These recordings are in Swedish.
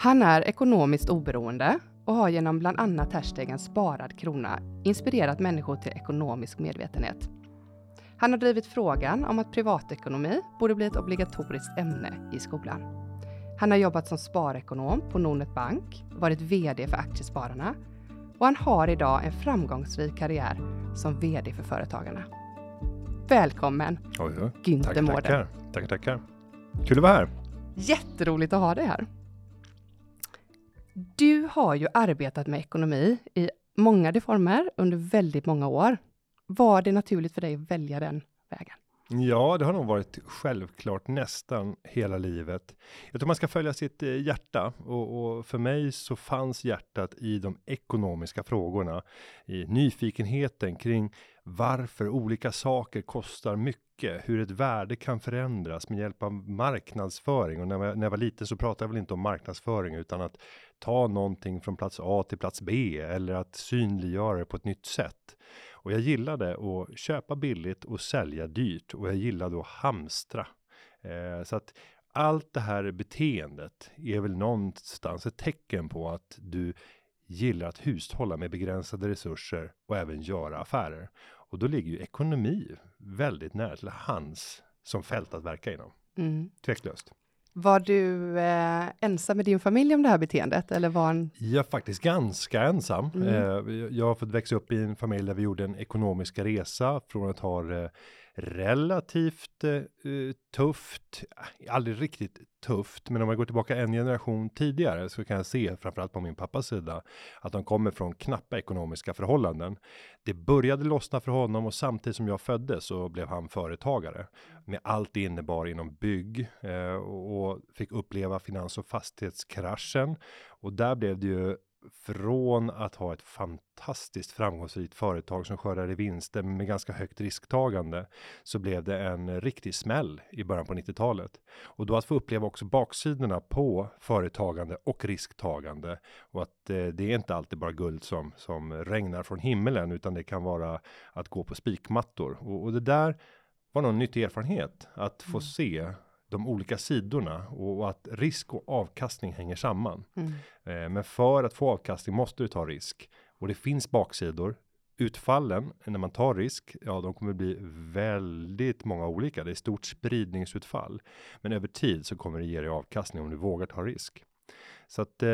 Han är ekonomiskt oberoende och har genom bland annat hashtaggen sparad krona inspirerat människor till ekonomisk medvetenhet. Han har drivit frågan om att privatekonomi borde bli ett obligatoriskt ämne i skolan. Han har jobbat som sparekonom på Nordnet Bank, varit vd för Aktiespararna och han har idag en framgångsrik karriär som vd för Företagarna. Välkommen, Günther Mårder. Tackar. Kul att vara här. Jätteroligt att ha dig här. Du har ju arbetat med ekonomi i många former under väldigt många år. Var det naturligt för dig att välja den vägen? Ja, det har nog varit självklart nästan hela livet. Jag tror man ska följa sitt hjärta och för mig så fanns hjärtat i de ekonomiska frågorna. I nyfikenheten kring varför olika saker kostar mycket. Hur ett värde kan förändras med hjälp av marknadsföring. Och när jag var liten så pratade jag väl inte om marknadsföring utan att ta någonting från plats A till plats B. Eller att synliggöra det på ett nytt sätt. Och jag gillade att köpa billigt och sälja dyrt. Och jag gillade att hamstra. Så att allt det här beteendet är väl någonstans ett tecken på att du gillar att hushålla med begränsade resurser och även göra affärer. Och då ligger ju ekonomi väldigt nära till hands som fält att verka inom. Tveklöst. Var du ensam med din familj om det här beteendet? Eller var Jag är faktiskt ganska ensam. Jag har fått växa upp i en familj där vi gjorde en ekonomisk resa från att ha relativt tufft, aldrig riktigt tufft, men om jag går tillbaka en generation tidigare så kan jag se framförallt på min pappas sida att de kommer från knappa ekonomiska förhållanden. Det började lossna för honom och samtidigt som jag föddes så blev han företagare med allt det innebar inom bygg och fick uppleva finans- och fastighetskraschen och där blev det ju från att ha ett fantastiskt framgångsrikt företag som skördade vinster med ganska högt risktagande så blev det en riktig smäll i början på 90-talet. Och då att få uppleva också baksidorna på företagande och risktagande och att det är inte alltid bara guld som regnar från himmelen utan det kan vara att gå på spikmattor. Och det där var nog en nyttig erfarenhet att få se de olika sidorna och att risk och avkastning hänger samman. Men för att få avkastning måste du ta risk. Och det finns baksidor. Utfallen när man tar risk, ja de kommer bli väldigt många olika. Det är stort spridningsutfall. Men över tid så kommer det ge dig avkastning om du vågar ta risk. Så att,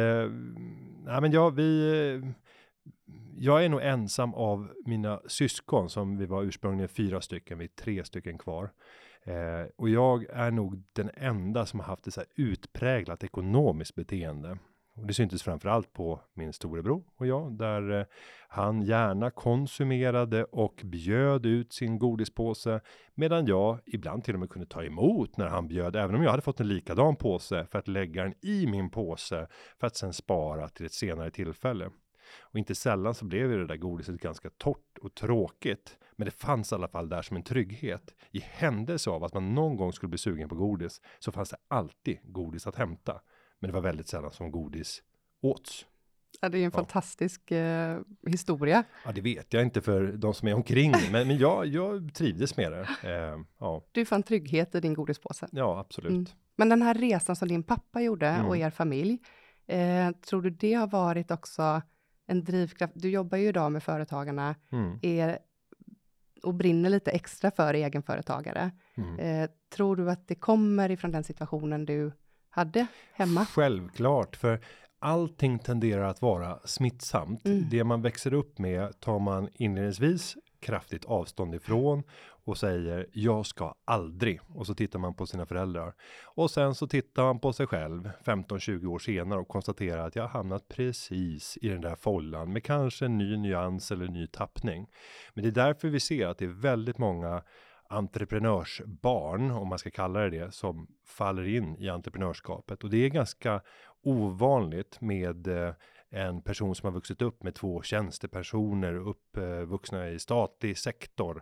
jag är nog ensam av mina syskon som vi var ursprungligen 4 stycken, vi är 3 stycken kvar. Och jag är nog den enda som har haft ett så här utpräglat ekonomiskt beteende. Och det syntes framförallt på min storebror och jag. Där han gärna konsumerade och bjöd ut sin godispåse. Medan jag ibland till och med kunde ta emot när han bjöd. Även om jag hade fått en likadan påse för att lägga den i min påse. För att sen spara till ett senare tillfälle. Och inte sällan så blev det där godiset ganska torrt och tråkigt. Men det fanns i alla fall där som en trygghet. I händelse av att man någon gång skulle bli sugen på godis så fanns det alltid godis att hämta. Men det var väldigt sällan som godis åts. Ja, det är en fantastisk historia. Ja, det vet jag inte för de som är omkring. men jag trivdes med det. Ja. Du fann trygghet i din godispåse. Ja, absolut. Men den här resan som din pappa gjorde och er familj. Tror du det har varit också en drivkraft? Du jobbar ju idag med Företagarna. Och brinner lite extra för egenföretagare. Tror du att det kommer ifrån den situationen du hade hemma? Självklart, för allting tenderar att vara smittsamt. Det man växer upp med tar man inledningsvis kraftigt avstånd ifrån och säger jag ska aldrig. Och så tittar man på sina föräldrar. Och sen så tittar man på sig själv 15-20 år senare och konstaterar att jag har hamnat precis i den där follan med kanske en ny nyans eller en ny tappning. Men det är därför vi ser att det är väldigt många entreprenörsbarn, om man ska kalla det, som faller in i entreprenörskapet. Och det är ganska ovanligt med en person som har vuxit upp med 2 tjänstepersoner uppvuxna i statlig sektor.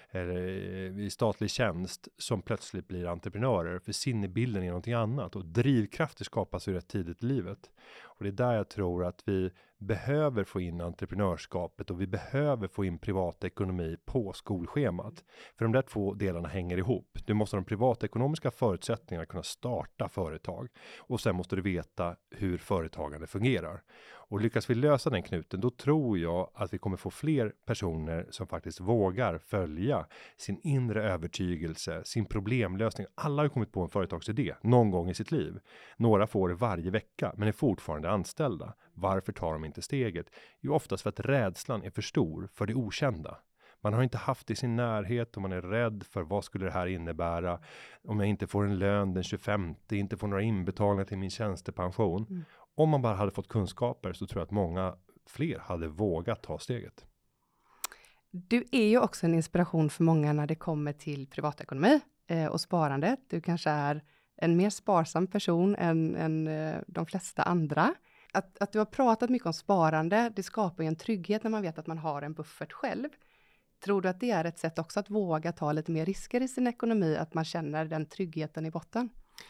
eller i statlig tjänst som plötsligt blir entreprenörer, för sinnebilden är någonting annat och drivkrafter skapas ju rätt tidigt i livet. Och det är där jag tror att vi behöver få in entreprenörskapet och vi behöver få in privatekonomi på skolschemat. För de där två delarna hänger ihop. Du måste ha de privatekonomiska förutsättningarna att kunna starta företag och sen måste du veta hur företagande fungerar. Och lyckas vi lösa den knuten, då tror jag att vi kommer få fler personer som faktiskt vågar följa sin inre övertygelse, sin problemlösning. Alla har kommit på en företagsidé någon gång i sitt liv. Några får det varje vecka, men är fortfarande anställda. Varför tar de inte steget? Jo, oftast för att rädslan är för stor för det okända. Man har inte haft det i sin närhet och man är rädd för vad skulle det här innebära om jag inte får en lön den 25, inte får några inbetalningar till min tjänstepension. Om man bara hade fått kunskaper så tror jag att många fler hade vågat ta steget. Du är ju också en inspiration för många när det kommer till privatekonomi och sparande. Du kanske är en mer sparsam person än de flesta andra. Att du har pratat mycket om sparande, det skapar ju en trygghet när man vet att man har en buffert själv. Tror du att det är ett sätt också att våga ta lite mer risker i sin ekonomi, att man känner den tryggheten i botten?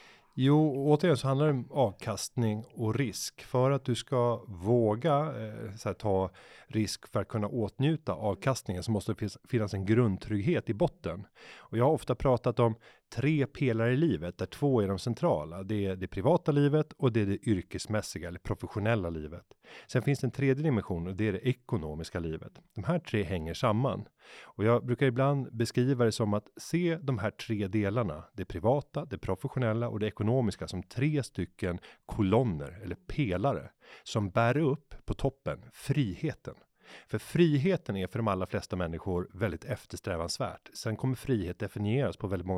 Jo, återigen så handlar det om avkastning och risk. För att du ska våga ta risk för att kunna åtnjuta avkastningen så måste det finnas en grundtrygghet i botten. Och jag har ofta pratat om 3 pelare i livet där 2 är de centrala. Det är det privata livet och det är det yrkesmässiga eller professionella livet. Sen finns det en tredje dimension och det är det ekonomiska livet. De här 3 hänger samman. Och jag brukar ibland beskriva det som att se de här 3 delarna, det privata, det professionella och det ekonomiska, som 3 stycken kolonner eller pelare som bär upp på toppen friheten. För friheten är för de allra flesta människor väldigt eftersträvansvärt. Sen kommer frihet definieras på väldigt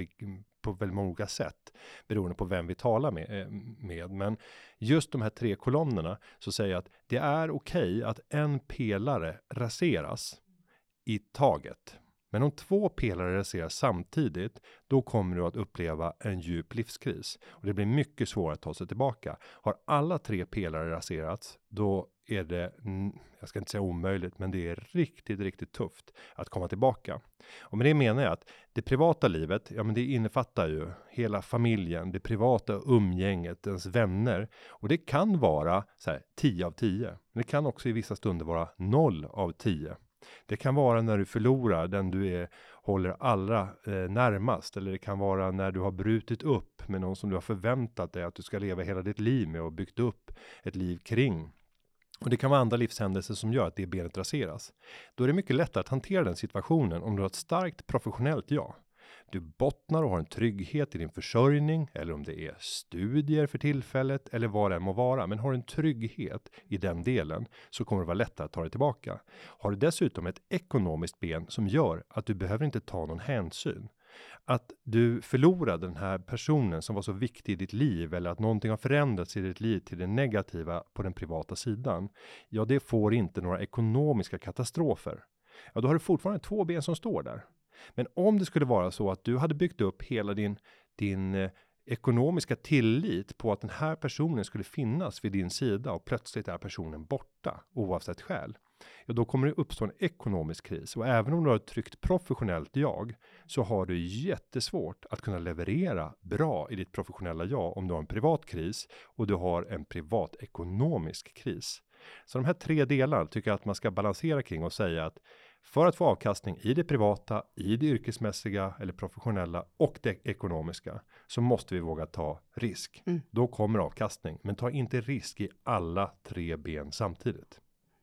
många olika sätt beroende på vem vi talar med. Men just de här 3 kolonnerna så säger jag att det är okej att en pelare raseras i taget. Men om 2 pelare raseras samtidigt, då kommer du att uppleva en djup livskris. Och det blir mycket svårare att ta sig tillbaka. Har alla 3 pelare raserats, då är det, jag ska inte säga omöjligt, men det är riktigt, riktigt tufft att komma tillbaka. Och med det menar jag att det privata livet, ja men det innefattar ju hela familjen, det privata umgänget, ens vänner. Och det kan vara så här 10 av 10. Men det kan också i vissa stunder vara 0 av 10. Det kan vara när du förlorar den du håller allra närmast. Eller det kan vara när du har brutit upp med någon som du har förväntat dig att du ska leva hela ditt liv med och byggt upp ett liv kring. Och det kan vara andra livshändelser som gör att det benet raseras. Då är det mycket lättare att hantera den situationen om du har ett starkt professionellt jag. Du bottnar och har en trygghet i din försörjning, eller om det är studier för tillfället eller vad det må vara. Men har en trygghet i den delen så kommer det vara lättare att ta dig tillbaka. Har du dessutom ett ekonomiskt ben som gör att du behöver inte ta någon hänsyn. Att du förlorade den här personen som var så viktig i ditt liv, eller att någonting har förändrats i ditt liv till det negativa på den privata sidan. Ja, det får inte några ekonomiska katastrofer. Ja, då har du fortfarande 2 ben som står där. Men om det skulle vara så att du hade byggt upp hela din ekonomiska tillit på att den här personen skulle finnas vid din sida och plötsligt är personen borta oavsett skäl. Ja, då kommer det uppstå en ekonomisk kris. Och även om du har ett tryggt professionellt jag så har du jättesvårt att kunna leverera bra i ditt professionella jag om du har en privat kris och du har en privat ekonomisk kris. Så de här 3 delarna tycker jag att man ska balansera kring och säga att för att få avkastning i det privata, i det yrkesmässiga eller professionella och det ekonomiska så måste vi våga ta risk. Då kommer avkastning, men ta inte risk i alla 3 ben samtidigt.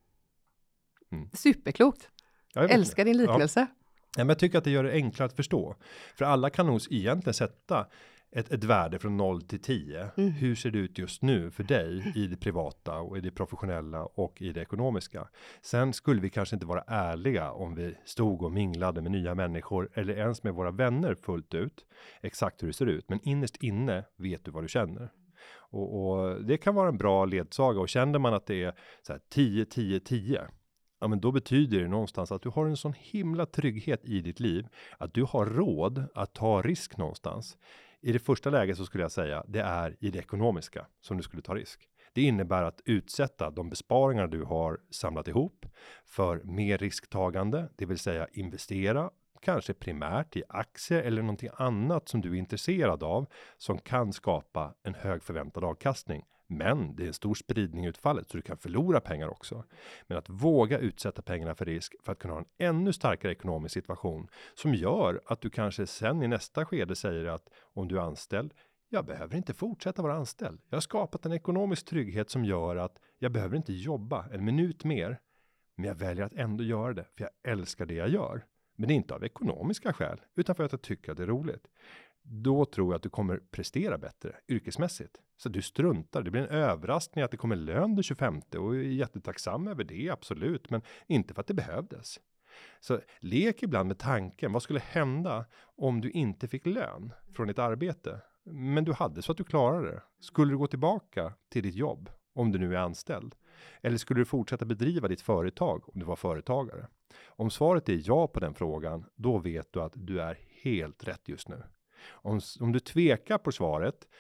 Superklokt. Jag älskar din liknelse. Ja, men jag tycker att det gör det enklare att förstå. För alla kan nog egentligen sätta ett värde från 0 till 10. Hur ser det ut just nu för dig i det privata och i det professionella och i det ekonomiska? Sen skulle vi kanske inte vara ärliga om vi stod och minglade med nya människor eller ens med våra vänner fullt ut. Exakt hur det ser ut. Men innerst inne vet du vad du känner. Och det kan vara en bra ledsaga. Och känner man att det är så här 10, 10, 10. Ja, men då betyder det någonstans att du har en sån himla trygghet i ditt liv. Att du har råd att ta risk någonstans. I det första läget så skulle jag säga det är i det ekonomiska som du skulle ta risk. Det innebär att utsätta de besparingar du har samlat ihop för mer risktagande. Det vill säga investera kanske primärt i aktier eller någonting annat som du är intresserad av som kan skapa en hög förväntad avkastning. Men det är en stor spridning i utfallet så du kan förlora pengar också. Men att våga utsätta pengarna för risk för att kunna ha en ännu starkare ekonomisk situation som gör att du kanske sen i nästa skede säger att om du är anställd, jag behöver inte fortsätta vara anställd. Jag har skapat en ekonomisk trygghet som gör att jag behöver inte jobba en minut mer. Men jag väljer att ändå göra det för jag älskar det jag gör. Men det är inte av ekonomiska skäl utan för att jag tycker att det är roligt. Då tror jag att du kommer prestera bättre yrkesmässigt. Så du struntar, det blir en överraskning att det kommer lön den 25 och är jättetacksam över det, absolut. Men inte för att det behövdes. Så lek ibland med tanken, vad skulle hända om du inte fick lön från ditt arbete? Men du hade så att du klarade det. Skulle du gå tillbaka till ditt jobb om du nu är anställd? Eller skulle du fortsätta bedriva ditt företag om du var företagare? Om svaret är ja på den frågan, då vet du att du är helt rätt just nu. Om du tvekar på svaret,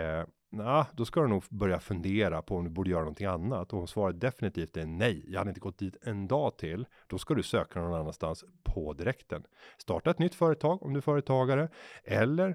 då ska du nog börja fundera på om du borde göra någonting annat. Och om svaret definitivt är nej, jag hade inte gått dit en dag till, då ska du söka någon annanstans på direkten. Starta ett nytt företag om du är företagare, eller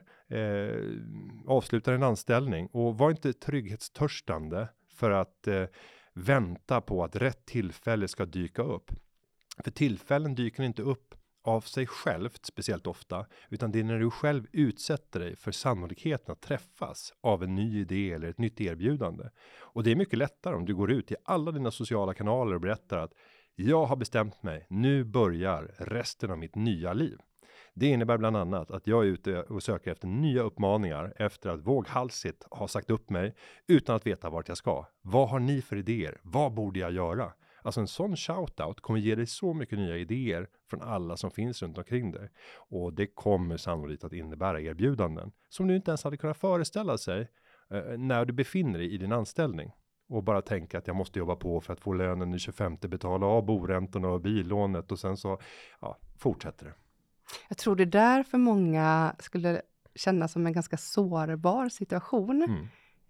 avsluta en anställning. Och var inte trygghetstörstande för att vänta på att rätt tillfälle ska dyka upp. För tillfällen dyker inte upp av sig självt speciellt ofta, utan det är när du själv utsätter dig för sannolikheten att träffas av en ny idé eller ett nytt erbjudande. Och det är mycket lättare om du går ut i alla dina sociala kanaler och berättar att jag har bestämt mig, nu börjar resten av mitt nya liv. Det innebär bland annat att jag är ute och söker efter nya uppmaningar efter att våghalsigt ha sagt upp mig utan att veta vart jag ska. Vad har ni för idéer? Vad borde jag göra? Alltså en sån shoutout kommer ge dig så mycket nya idéer från alla som finns runt omkring dig. Och det kommer sannolikt att innebära erbjudanden som du inte ens hade kunnat föreställa sig när du befinner dig i din anställning. Och bara tänka att jag måste jobba på för att få lönen i 25, betala av boräntorna och billånet och sen så fortsätter det. Jag tror det där för många skulle kännas som en ganska sårbar situation.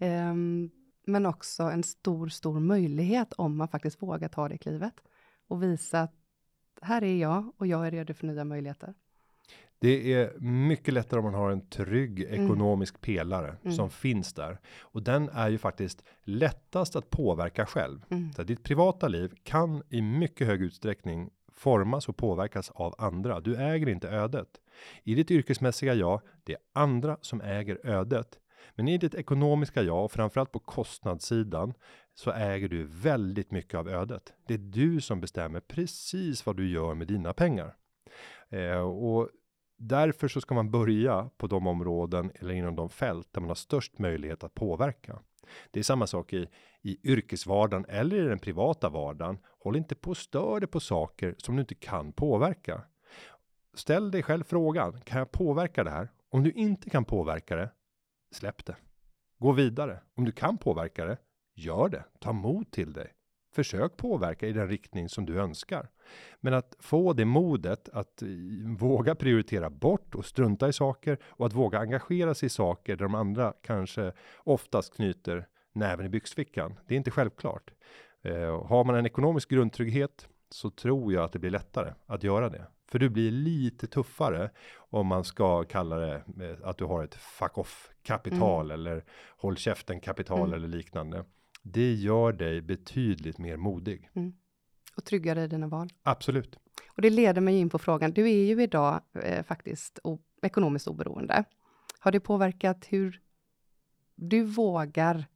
Men också en stor möjlighet om man faktiskt vågar ta det klivet. Och visa att här är jag och jag är redo för nya möjligheter. Det är mycket lättare om man har en trygg ekonomisk pelare som finns där. Och den är ju faktiskt lättast att påverka själv. Så ditt privata liv kan i mycket hög utsträckning formas och påverkas av andra. Du äger inte ödet. I ditt yrkesmässiga jag, det är andra som äger ödet. Men i ditt ekonomiska jag och framförallt på kostnadssidan så äger du väldigt mycket av ödet. Det är du som bestämmer precis vad du gör med dina pengar. Och därför så ska man börja på de områden eller inom de fält där man har störst möjlighet att påverka. Det är samma sak i yrkesvardagen eller i den privata vardagen. Håll inte på och stör dig på saker som du inte kan påverka. Ställ dig själv frågan, kan jag påverka det här? Om du inte kan påverka det, släpp det. Gå vidare. Om du kan påverka det, gör det. Ta mod till dig. Försök påverka i den riktning som du önskar. Men att få det modet att våga prioritera bort och strunta i saker och att våga engagera sig i saker där de andra kanske oftast knyter näven i byxfickan. Det är inte självklart. Har man en ekonomisk grundtrygghet så tror jag att det blir lättare att göra det. För du blir lite tuffare om man ska kalla det att du har ett fuck off kapital eller håll käften kapital eller liknande. Det gör dig betydligt mer modig. Och tryggare i dina val. Absolut. Och det leder mig in på frågan. Du är ju idag faktiskt ekonomiskt oberoende. Har det påverkat hur du vågar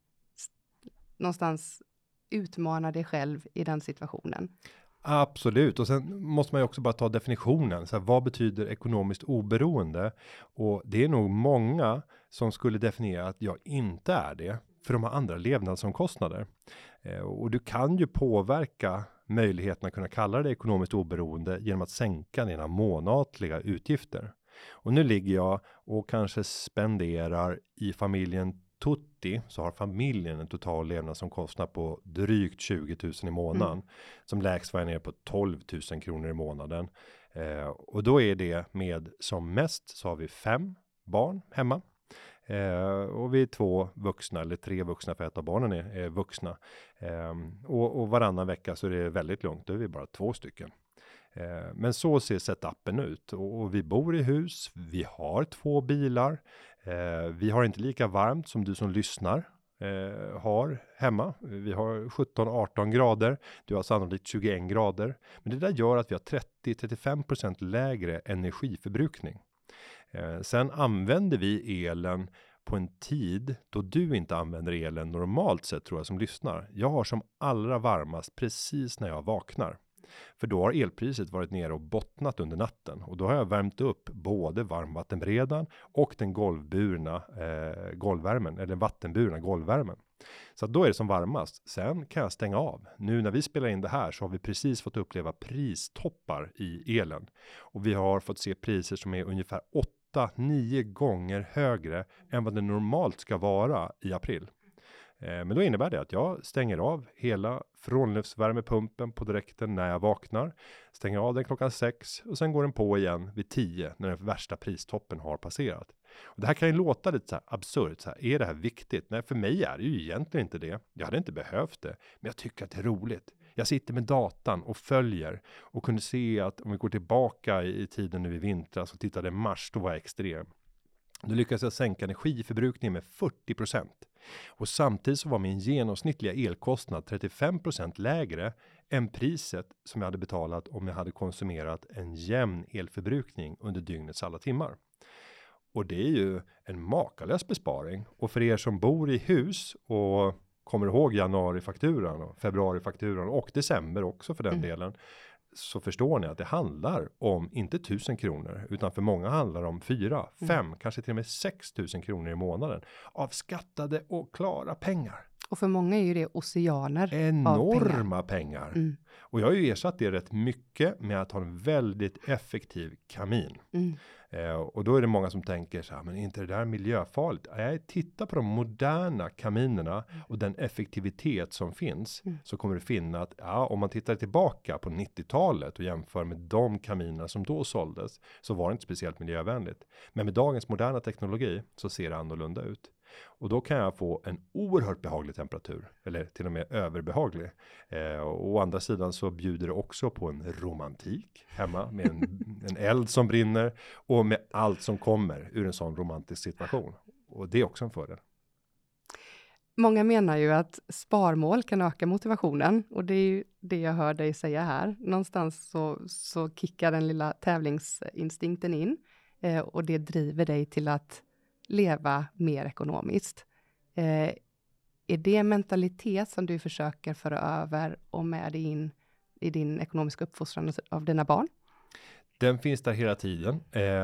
någonstans utmana dig själv i den situationen? Absolut. Och sen måste man ju också bara ta definitionen. Så här, vad betyder ekonomiskt oberoende? Och det är nog många som skulle definiera att jag inte är det. För de har andra levnadsomkostnader. Och du kan ju påverka möjligheten att kunna kalla det ekonomiskt oberoende genom att sänka dina månatliga utgifter. Och nu ligger jag och kanske spenderar i familjen Tutti, så har familjen en total levnadsomkostnad på drygt 20 000 i månaden. Som lägst var jag nere på 12 000 kronor i månaden. Och då är det med som mest så har vi 5 barn hemma. Och vi är 2 vuxna eller 3 vuxna för ett av barnen är vuxna. Och varannan vecka så är det väldigt långt, då är vi bara 2 stycken. Men så ser setupen ut och vi bor i hus, vi har 2 bilar, vi har inte lika varmt som du som lyssnar har hemma. Vi har 17-18 grader, du har sannolikt 21 grader. Men det där gör att vi har 30-35% lägre energiförbrukning. Sen använder vi elen på en tid då du inte använder elen normalt sett, tror jag, som lyssnar. Jag har som allra varmast precis när jag vaknar. För då har elpriset varit nere och bottnat under natten. Och då har jag värmt upp både varmvattenberedaren och den golvburna golvvärmen. Eller vattenburna golvvärmen. Så att då är det som varmast. Sen kan jag stänga av. Nu när vi spelar in det här så har vi precis fått uppleva pristoppar i elen. Och vi har fått se priser som är ungefär 8-9 gånger högre än vad det normalt ska vara i april. Men då innebär det att jag stänger av hela frånluftsvärmepumpen på direkten när jag vaknar. Stänger av den klockan 6 och sen går den på igen vid 10 när den värsta pristoppen har passerat. Och det här kan ju låta lite så här absurt. Så här, är det här viktigt? Nej, för mig är det ju egentligen inte det. Jag hade inte behövt det. Men jag tycker att det är roligt. Jag sitter med datan och följer och kunde se att om vi går tillbaka i tiden nu i vintras och tittade mars, då var jag extrem. Då lyckades jag sänka energiförbrukningen med 40%. Och samtidigt så var min genomsnittliga elkostnad 35% lägre än priset som jag hade betalat om jag hade konsumerat en jämn elförbrukning under dygnets alla timmar. Och det är ju en makalös besparing. Och för er som bor i hus och kommer ihåg januarifakturan och februarifakturan och december också för den delen, så förstår ni att det handlar om inte 1000 kronor utan för många handlar det om 4, 5, kanske till och med 6 000 kronor i månaden av skattade och klara pengar. Och för många är ju det oceaner enorma pengar. Och jag har ju ersatt det rätt mycket med att ha en väldigt effektiv kamin. Och då är det många som tänker så här, men är inte det där miljöfarligt? Jag tittar på de moderna kaminerna och den effektivitet som finns, så kommer du finna att om man tittar tillbaka på 90-talet och jämför med de kaminerna som då såldes, så var det inte speciellt miljövänligt. Men med dagens moderna teknologi så ser det annorlunda ut. Och då kan jag få en oerhört behaglig temperatur, eller till och med överbehaglig. Och å andra sidan så bjuder det också på en romantik hemma med en eld som brinner och med allt som kommer ur en sån romantisk situation. Och det är också en fördel. Många menar ju att sparmål kan öka motivationen, och det är ju det jag hör dig säga här. Någonstans så kickar den lilla tävlingsinstinkten in och det driver dig till att leva mer ekonomiskt. Är det en mentalitet som du försöker föra över och med dig in i din ekonomiska uppfostran av dina barn? Den finns där hela tiden.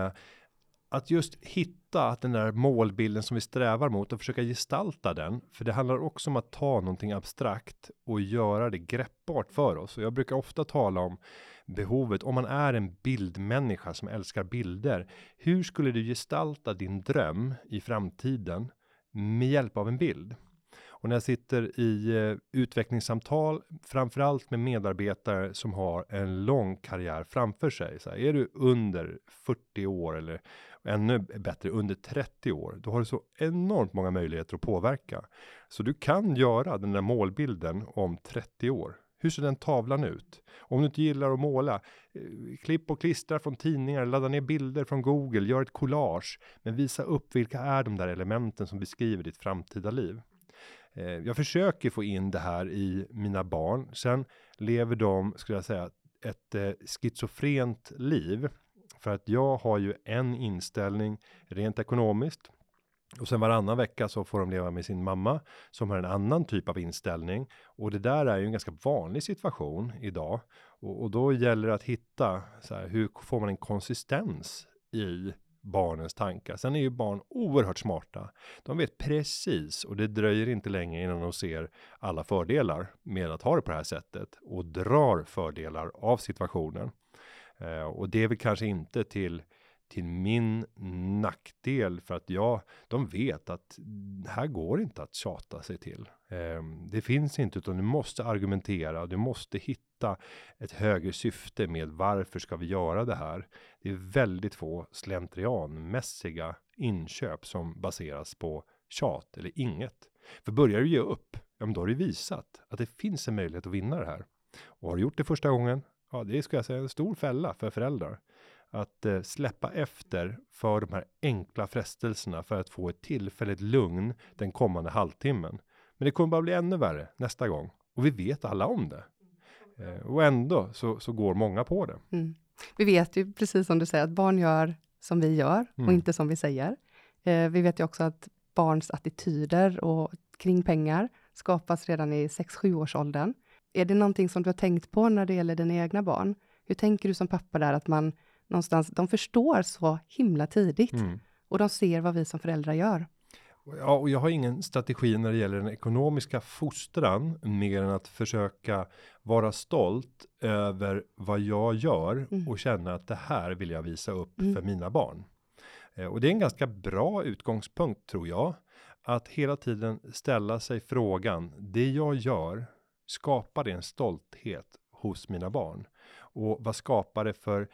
Att just hitta att den där målbilden som vi strävar mot och försöka gestalta den. För det handlar också om att ta någonting abstrakt och göra det greppbart för oss. Och jag brukar ofta tala om behovet, om man är en bildmänniska som älskar bilder. Hur skulle du gestalta din dröm i framtiden med hjälp av en bild? Och när jag sitter i utvecklingssamtal, framförallt med medarbetare som har en lång karriär framför sig. Så här, är du under 40 år eller ännu bättre under 30 år, då har du så enormt många möjligheter att påverka. Så du kan göra den där målbilden om 30 år. Hur ser den tavlan ut? Om du inte gillar att måla, klipp och klistra från tidningar, ladda ner bilder från Google, gör ett collage. Men visa upp vilka är de där elementen som beskriver ditt framtida liv. Jag försöker få in det här i mina barn. Sen lever de, skulle jag säga, ett schizofrent liv. För att jag har ju en inställning rent ekonomiskt. Och sen varannan vecka så får de leva med sin mamma som har en annan typ av inställning. Och det där är ju en ganska vanlig situation idag. Och då gäller det att hitta så här, hur får man en konsistens i barnens tankar. Sen är ju barn oerhört smarta. De vet precis, och det dröjer inte länge innan de ser alla fördelar med att ha det på det här sättet. Och drar fördelar av situationen. Och det är väl kanske inte till min nackdel, för att de vet att här går inte att tjata sig till. Det finns inte, utan du måste argumentera, du måste hitta ett högre syfte med varför ska vi göra det här. Det är väldigt få slentrianmässiga inköp som baseras på tjat eller inget. För börjar du ge upp, ja, men då har du visat att det finns en möjlighet att vinna det här. Och har du gjort det första gången, ja, det ska jag säga en stor fälla för föräldrar. Att släppa efter för de här enkla frestelserna för att få ett tillfälligt lugn den kommande halvtimmen. Men det kommer bara bli ännu värre nästa gång. Och vi vet alla om det. Och ändå så går många på det. Mm. Vi vet ju precis som du säger att barn gör som vi gör och inte som vi säger. Vi vet ju också att barns attityder och kring pengar skapas redan i 6-7 års åldern. Är det någonting som du har tänkt på när det gäller dina egna barn? Hur tänker du som pappa där att man någonstans, de förstår så himla tidigt och de ser vad vi som föräldrar gör? Ja, och jag har ingen strategi när det gäller den ekonomiska fostran mer än att försöka vara stolt över vad jag gör och känna att det här vill jag visa upp för mina barn. Och det är en ganska bra utgångspunkt tror jag, att hela tiden ställa sig frågan, det jag gör, skapar det en stolthet hos mina barn? Och vad skapar det för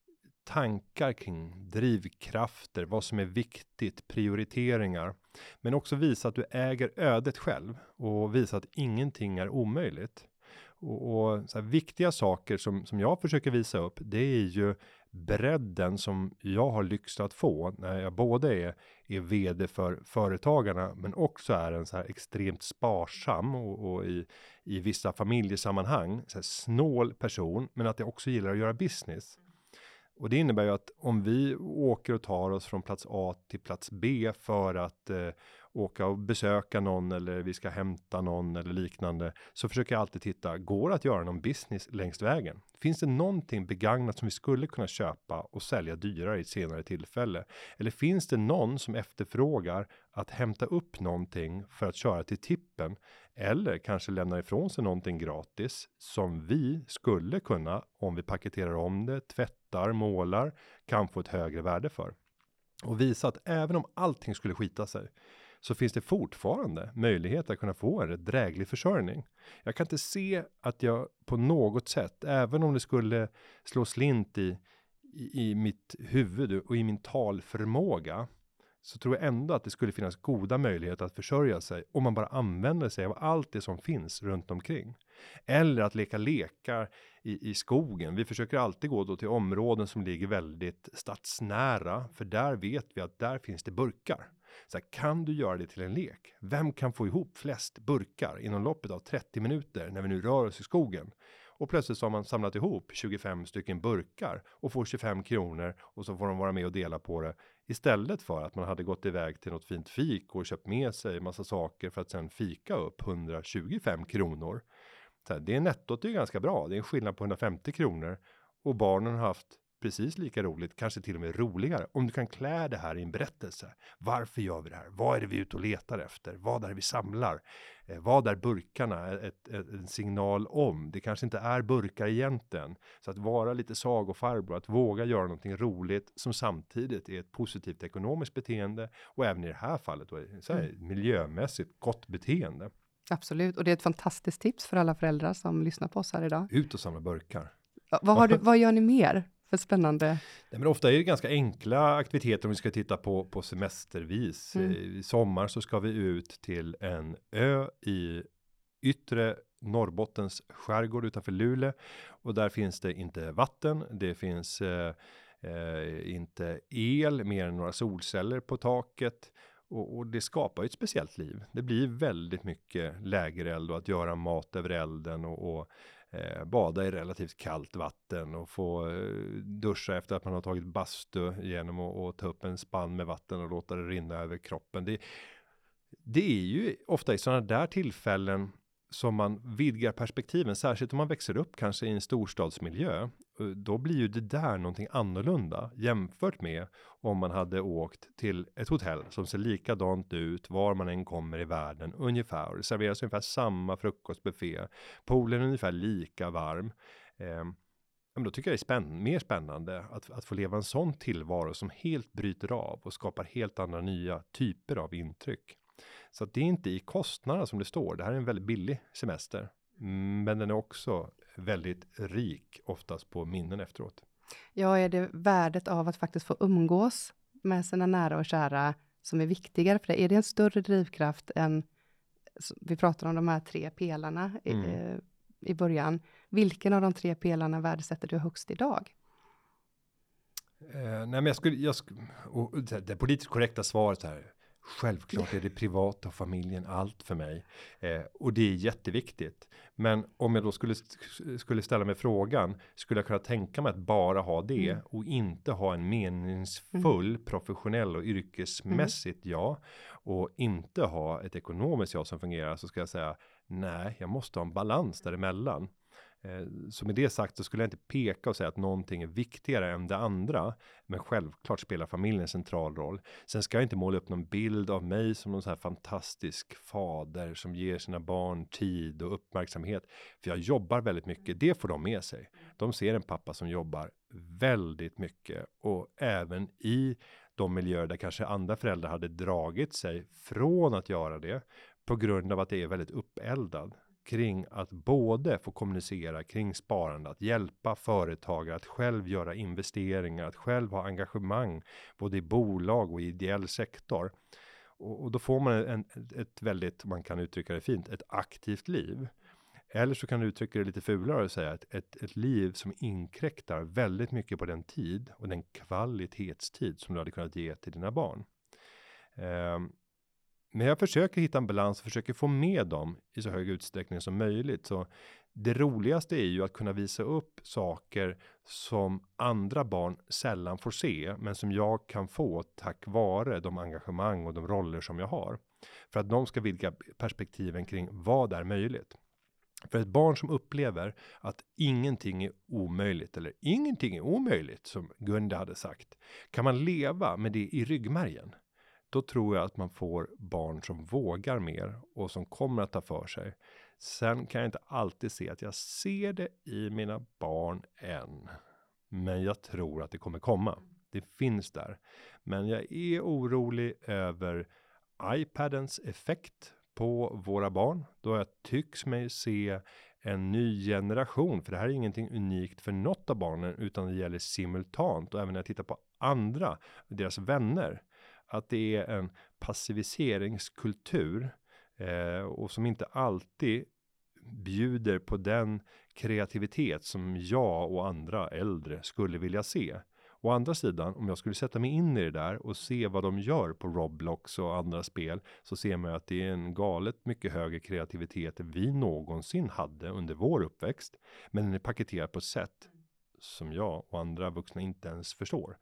tankar kring drivkrafter, vad som är viktigt, prioriteringar. Men också visa att du äger ödet själv och visa att ingenting är omöjligt. Och så här viktiga saker som jag försöker visa upp, det är ju bredden som jag har lyx att få när jag både är vd för företagarna men också är en så här extremt sparsam och i vissa familjesammanhang så här snål person, men att jag också gillar att göra business. Och det innebär ju att om vi åker och tar oss från plats A till plats B för att åka och besöka någon eller vi ska hämta någon eller liknande, så försöker jag alltid titta, går det att göra någon business längs vägen? Finns det någonting begagnat som vi skulle kunna köpa och sälja dyrare i ett senare tillfälle? Eller finns det någon som efterfrågar att hämta upp någonting för att köra till tippen? Eller kanske lämna ifrån sig någonting gratis som vi skulle kunna, om vi paketerar om det, tvättar, målar, kan få ett högre värde för. Och visa att även om allting skulle skita sig, så finns det fortfarande möjlighet att kunna få en rätt dräglig försörjning. Jag kan inte se att jag på något sätt, även om det skulle slå slint i mitt huvud och i min talförmåga, så tror jag ändå att det skulle finnas goda möjligheter att försörja sig om man bara använder sig av allt det som finns runt omkring. Eller att leka lekar i skogen. Vi försöker alltid gå då till områden som ligger väldigt stadsnära, för där vet vi att där finns det burkar. Så här, kan du göra det till en lek? Vem kan få ihop flest burkar inom loppet av 30 minuter när vi nu rör oss i skogen? Och plötsligt så har man samlat ihop 25 stycken burkar och får 25 kronor och så får de vara med och dela på det. Istället för att man hade gått iväg till något fint fik och köpt med sig massa saker för att sen fika upp 125 kronor. Så här, det är nettot, det är ganska bra. Det är en skillnad på 150 kronor och barnen har haft precis lika roligt, kanske till och med roligare. Om du kan klä det här i en berättelse. Varför gör vi det här? Vad är det vi är ute och letar efter? Vad är det vi samlar? Vad är burkarna en signal om? Det kanske inte är burkar egentligen. Så att vara lite sagofarbror, att våga göra någonting roligt som samtidigt är ett positivt ekonomiskt beteende och även i det här fallet då, så här, miljömässigt gott beteende. Absolut, och det är ett fantastiskt tips för alla föräldrar som lyssnar på oss här idag. Ut och samla burkar. Vad gör ni mer för spännande? Nej, men ofta är det ganska enkla aktiviteter om vi ska titta på semestervis. I sommar så ska vi ut till en ö i yttre Norrbottens skärgård utanför Luleå. Och där finns det inte vatten, det finns inte el mer än några solceller på taket. Och det skapar ju ett speciellt liv. Det blir väldigt mycket lägereld och att göra mat över elden och bada i relativt kallt vatten och få duscha efter att man har tagit bastu genom att ta upp en spann med vatten och låta det rinna över kroppen. Det är ju ofta i sådana där tillfällen som man vidgar perspektiven, särskilt om man växer upp kanske i en storstadsmiljö. Då blir ju det där någonting annorlunda jämfört med om man hade åkt till ett hotell som ser likadant ut var man än kommer i världen ungefär. Och det serveras ungefär samma frukostbuffé. Poolen är ungefär lika varm. Men då tycker jag det är mer spännande att få leva en sån tillvaro som helt bryter av och skapar helt andra nya typer av intryck. Så att det är inte i kostnaderna som det står. Det här är en väldigt billig semester. Men den är också väldigt rik, oftast på minnen efteråt. Ja, är det värdet av att faktiskt få umgås med sina nära och kära som är viktigare för det? Är det en större drivkraft än, vi pratar om de här 3 pelarna. i början. Vilken av de 3 pelarna värdesätter du högst idag? Nej, men och det politiskt korrekta svaret här. Självklart är det privata och familjen allt för mig. Och det är jätteviktigt. Men om jag då skulle ställa mig frågan, skulle jag kunna tänka mig att bara ha det och inte ha en meningsfull, professionell och yrkesmässigt ja, och inte ha ett ekonomiskt ja som fungerar, så ska jag säga nej, jag måste ha en balans däremellan. Så med det sagt så skulle jag inte peka och säga att någonting är viktigare än det andra. Men självklart spelar familjen en central roll. Sen ska jag inte måla upp någon bild av mig som någon så här fantastisk fader som ger sina barn tid och uppmärksamhet. För jag jobbar väldigt mycket, det får de med sig. De ser en pappa som jobbar väldigt mycket. Och även i de miljöer där kanske andra föräldrar hade dragit sig från att göra det. På grund av att det är väldigt uppeldad kring att både få kommunicera kring sparande, att hjälpa företagare att själv göra investeringar, att själv ha engagemang både i bolag och i ideell sektor. Och då får man ett väldigt, man kan uttrycka det fint, ett aktivt liv. Eller så kan du uttrycka det lite fulare och säga att ett liv som inkräktar väldigt mycket på den tid och den kvalitetstid som du hade kunnat ge till dina barn. Men jag försöker hitta en balans och försöker få med dem i så hög utsträckning som möjligt. Så det roligaste är ju att kunna visa upp saker som andra barn sällan får se, men som jag kan få tack vare de engagemang och de roller som jag har. För att de ska vidga perspektiven kring vad är möjligt. För ett barn som upplever att ingenting är omöjligt, eller ingenting är omöjligt som Gunde hade sagt, kan man leva med det i ryggmärgen. Då tror jag att man får barn som vågar mer och som kommer att ta för sig. Sen kan jag inte alltid se att jag ser det i mina barn än. Men jag tror att det kommer komma. Det finns där. Men jag är orolig över iPadens effekt på våra barn. Då jag tycks mig se en ny generation. För det här är ingenting unikt för något av barnen, utan det gäller simultant. Och även när jag tittar på andra, deras vänner, att det är en passiviseringskultur och som inte alltid bjuder på den kreativitet som jag och andra äldre skulle vilja se. Å andra sidan, om jag skulle sätta mig in i det där och se vad de gör på Roblox och andra spel, så ser man att det är en galet mycket högre kreativitet än vi någonsin hade under vår uppväxt. Men den är paketerad på ett sätt som jag och andra vuxna inte ens förstår.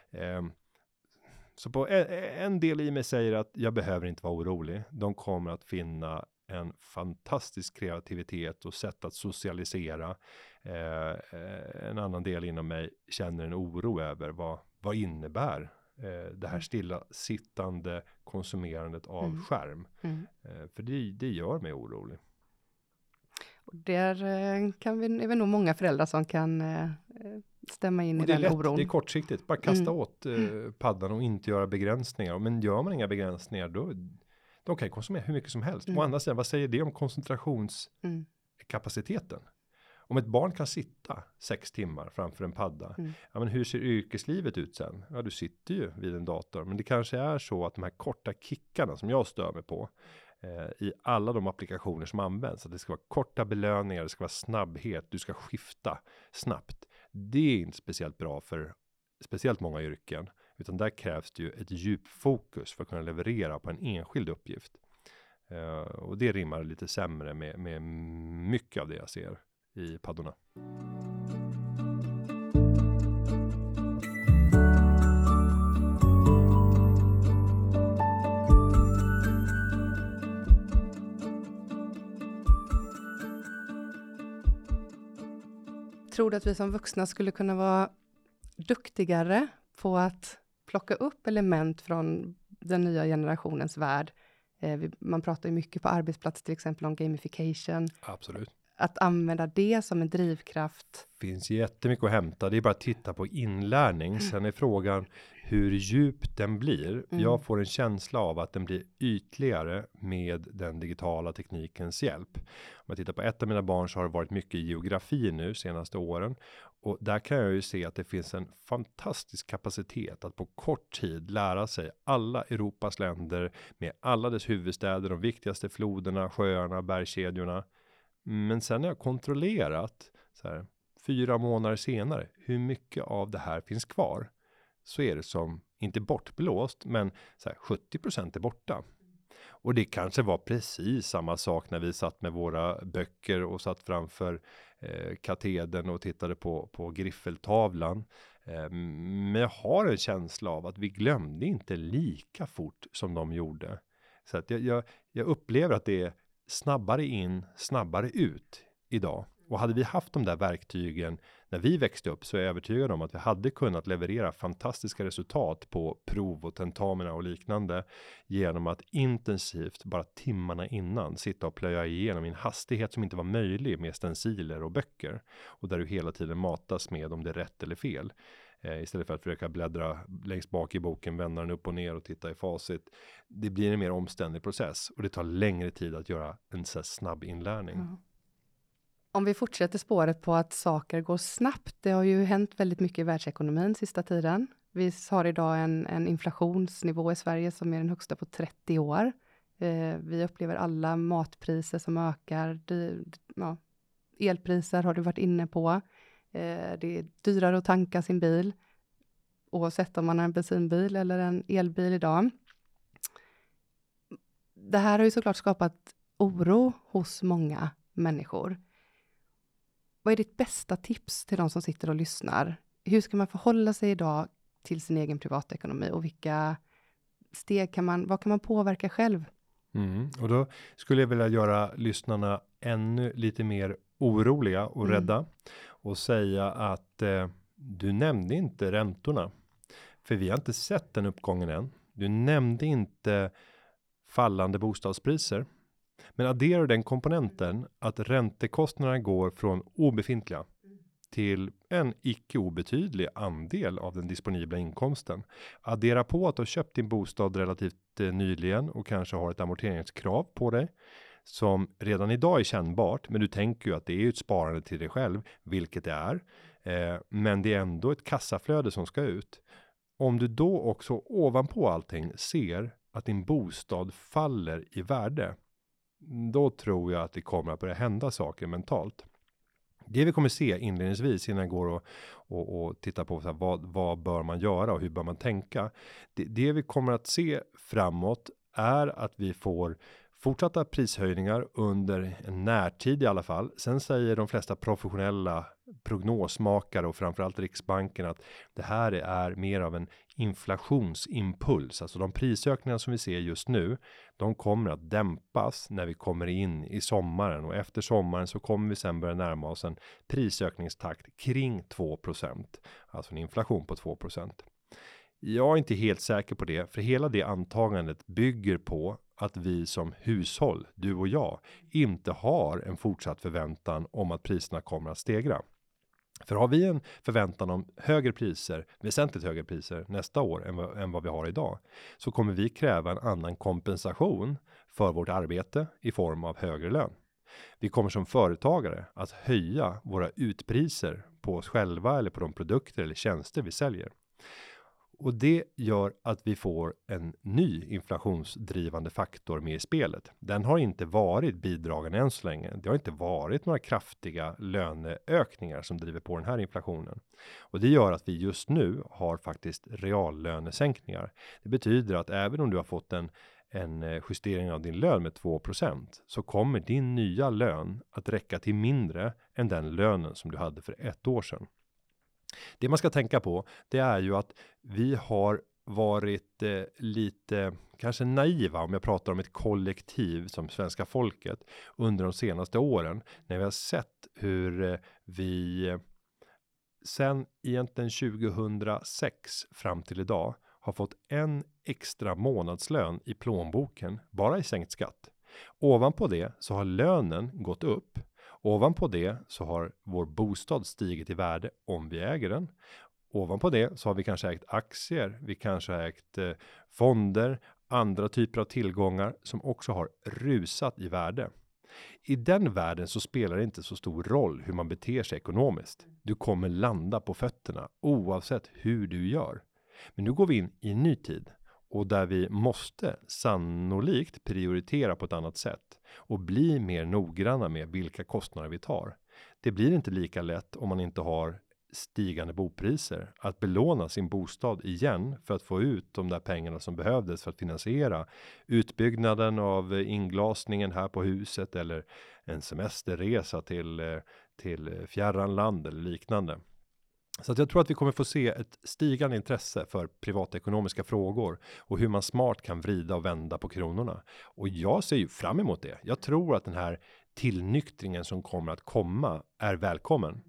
Så på en del i mig säger att jag behöver inte vara orolig. De kommer att finna en fantastisk kreativitet och sätt att socialisera. En annan del inom mig känner en oro över vad innebär det här stilla sittande konsumerandet av skärm. För det gör mig orolig. Och där är vi nog många föräldrar som kan stämma in i den oron. Det är kortsiktigt. Bara kasta åt paddan och inte göra begränsningar. Men gör man inga begränsningar, då de kan ju konsumera hur mycket som helst. Å andra sidan, vad säger det om koncentrationskapaciteten? Om ett barn kan sitta 6 timmar framför en padda, ja, men hur ser yrkeslivet ut sen? Ja, du sitter ju vid en dator. Men det kanske är så att de här korta kickarna som jag stör mig på i alla de applikationer som används, att det ska vara korta belöningar, det ska vara snabbhet, du ska skifta snabbt. Det är inte speciellt bra för speciellt många yrken, utan där krävs det ju ett djupfokus för att kunna leverera på en enskild uppgift. Och det rimmar lite sämre med mycket av det jag ser i paddorna. Tror du att vi som vuxna skulle kunna vara duktigare på att plocka upp element från den nya generationens värld? Man pratar ju mycket på arbetsplats till exempel om gamification. Absolut. Att använda det som en drivkraft. Finns jättemycket att hämta. Det är bara att titta på inlärning. Sen är frågan hur djup den blir. Jag får en känsla av att den blir ytligare med den digitala teknikens hjälp. Om jag tittar på ett av mina barn så har det varit mycket geografi nu senaste åren. Och där kan jag ju se att det finns en fantastisk kapacitet att på kort tid lära sig alla Europas länder med alla dess huvudstäder, de viktigaste floderna, sjöarna, bergskedjorna. Men sen har jag kontrollerat så här, 4 månader senare hur mycket av det här finns kvar. Så är det som, inte bortblåst, men så här, 70% är borta. Och det kanske var precis samma sak när vi satt med våra böcker och satt framför katedern och tittade på griffeltavlan. Men jag har en känsla av att vi glömde inte lika fort som de gjorde. Så att jag upplever att det är snabbare in, snabbare ut idag. Och hade vi haft de där verktygen när vi växte upp, så är jag övertygad om att vi hade kunnat leverera fantastiska resultat på prov och tentamina och liknande genom att intensivt, bara timmarna innan, sitta och plöja igenom i en hastighet som inte var möjlig med stenciler och böcker. Och där du hela tiden matas med om det är rätt eller fel. Istället för att försöka bläddra längst bak i boken, vända den upp och ner och titta i facit. Det blir en mer omständig process och det tar längre tid att göra en så snabb inlärning. Mm. Om vi fortsätter spåret på att saker går snabbt. Det har ju hänt väldigt mycket i världsekonomin sista tiden. Vi har idag en inflationsnivå i Sverige som är den högsta på 30 år. Vi upplever alla matpriser som ökar. Elpriser har du varit inne på. Det är dyrare att tanka sin bil. Oavsett om man har en bensinbil eller en elbil idag. Det här har ju såklart skapat oro hos många människor. Vad är ditt bästa tips till de som sitter och lyssnar? Hur ska man förhålla sig idag till sin egen privatekonomi och vilka steg vad kan man påverka själv? Och då skulle jag vilja göra lyssnarna ännu lite mer oroliga och rädda och säga att du nämnde inte räntorna. För vi har inte sett den uppgången än. Du nämnde inte fallande bostadspriser. Men adderar den komponenten att räntekostnaderna går från obefintliga till en icke obetydlig andel av den disponibla inkomsten. Addera på att du har köpt din bostad relativt nyligen och kanske har ett amorteringskrav på dig som redan idag är kännbart, men du tänker ju att det är ett sparande till dig själv, vilket det är. Men det är ändå ett kassaflöde som ska ut. Om du då också ovanpå allting ser att din bostad faller i värde, då tror jag att det kommer att börja hända saker mentalt. Det vi kommer se inledningsvis innan jag går och tittar på så här, vad bör man göra och hur bör man tänka. Det vi kommer att se framåt är att vi får fortsatta prishöjningar under en närtid i alla fall. Sen säger de flesta professionella prognosmakare och framförallt Riksbanken att det här är mer av en inflationsimpuls. Alltså de prisökningar som vi ser just nu, de kommer att dämpas när vi kommer in i sommaren. Och efter sommaren så kommer vi sen börja närma oss en prisökningstakt kring 2%. Alltså en inflation på 2%. Jag är inte helt säker på det, för hela det antagandet bygger på att vi som hushåll, du och jag, inte har en fortsatt förväntan om att priserna kommer att stegra. För har vi en förväntan om högre priser, väsentligt högre priser nästa år än vad vi har idag, så kommer vi kräva en annan kompensation för vårt arbete i form av högre lön. Vi kommer som företagare att höja våra utpriser på oss själva eller på de produkter eller tjänster vi säljer. Och det gör att vi får en ny inflationsdrivande faktor med i spelet. Den har inte varit bidragande än så länge. Det har inte varit några kraftiga löneökningar som driver på den här inflationen. Och det gör att vi just nu har faktiskt reallönesänkningar. Det betyder att även om du har fått en justering av din lön med 2%, så kommer din nya lön att räcka till mindre än den lönen som du hade för 1 år sedan. Det man ska tänka på, det är ju att vi har varit lite kanske naiva, om jag pratar om ett kollektiv som svenska folket, under de senaste åren, när vi har sett hur vi sen egentligen 2006 fram till idag har fått en extra månadslön i plånboken bara i sänkt skatt. Ovanpå det så har lönen gått upp. Ovanpå det så har vår bostad stigit i värde om vi äger den. Ovanpå det så har vi kanske ägt aktier, vi kanske har ägt fonder, andra typer av tillgångar som också har rusat i värde. I den världen så spelar det inte så stor roll hur man beter sig ekonomiskt. Du kommer landa på fötterna oavsett hur du gör. Men nu går vi in i en ny tid. och där vi måste sannolikt prioritera på ett annat sätt och bli mer noggranna med vilka kostnader vi tar. Det blir inte lika lätt om man inte har stigande bopriser att belåna sin bostad igen för att få ut de där pengarna som behövdes för att finansiera utbyggnaden av inglasningen här på huset eller en semesterresa till fjärran land eller liknande. Så att jag tror att vi kommer få se ett stigande intresse för privatekonomiska frågor och hur man smart kan vrida och vända på kronorna. Och jag ser ju fram emot det. Jag tror att den här tillnyktringen som kommer att komma är välkommen.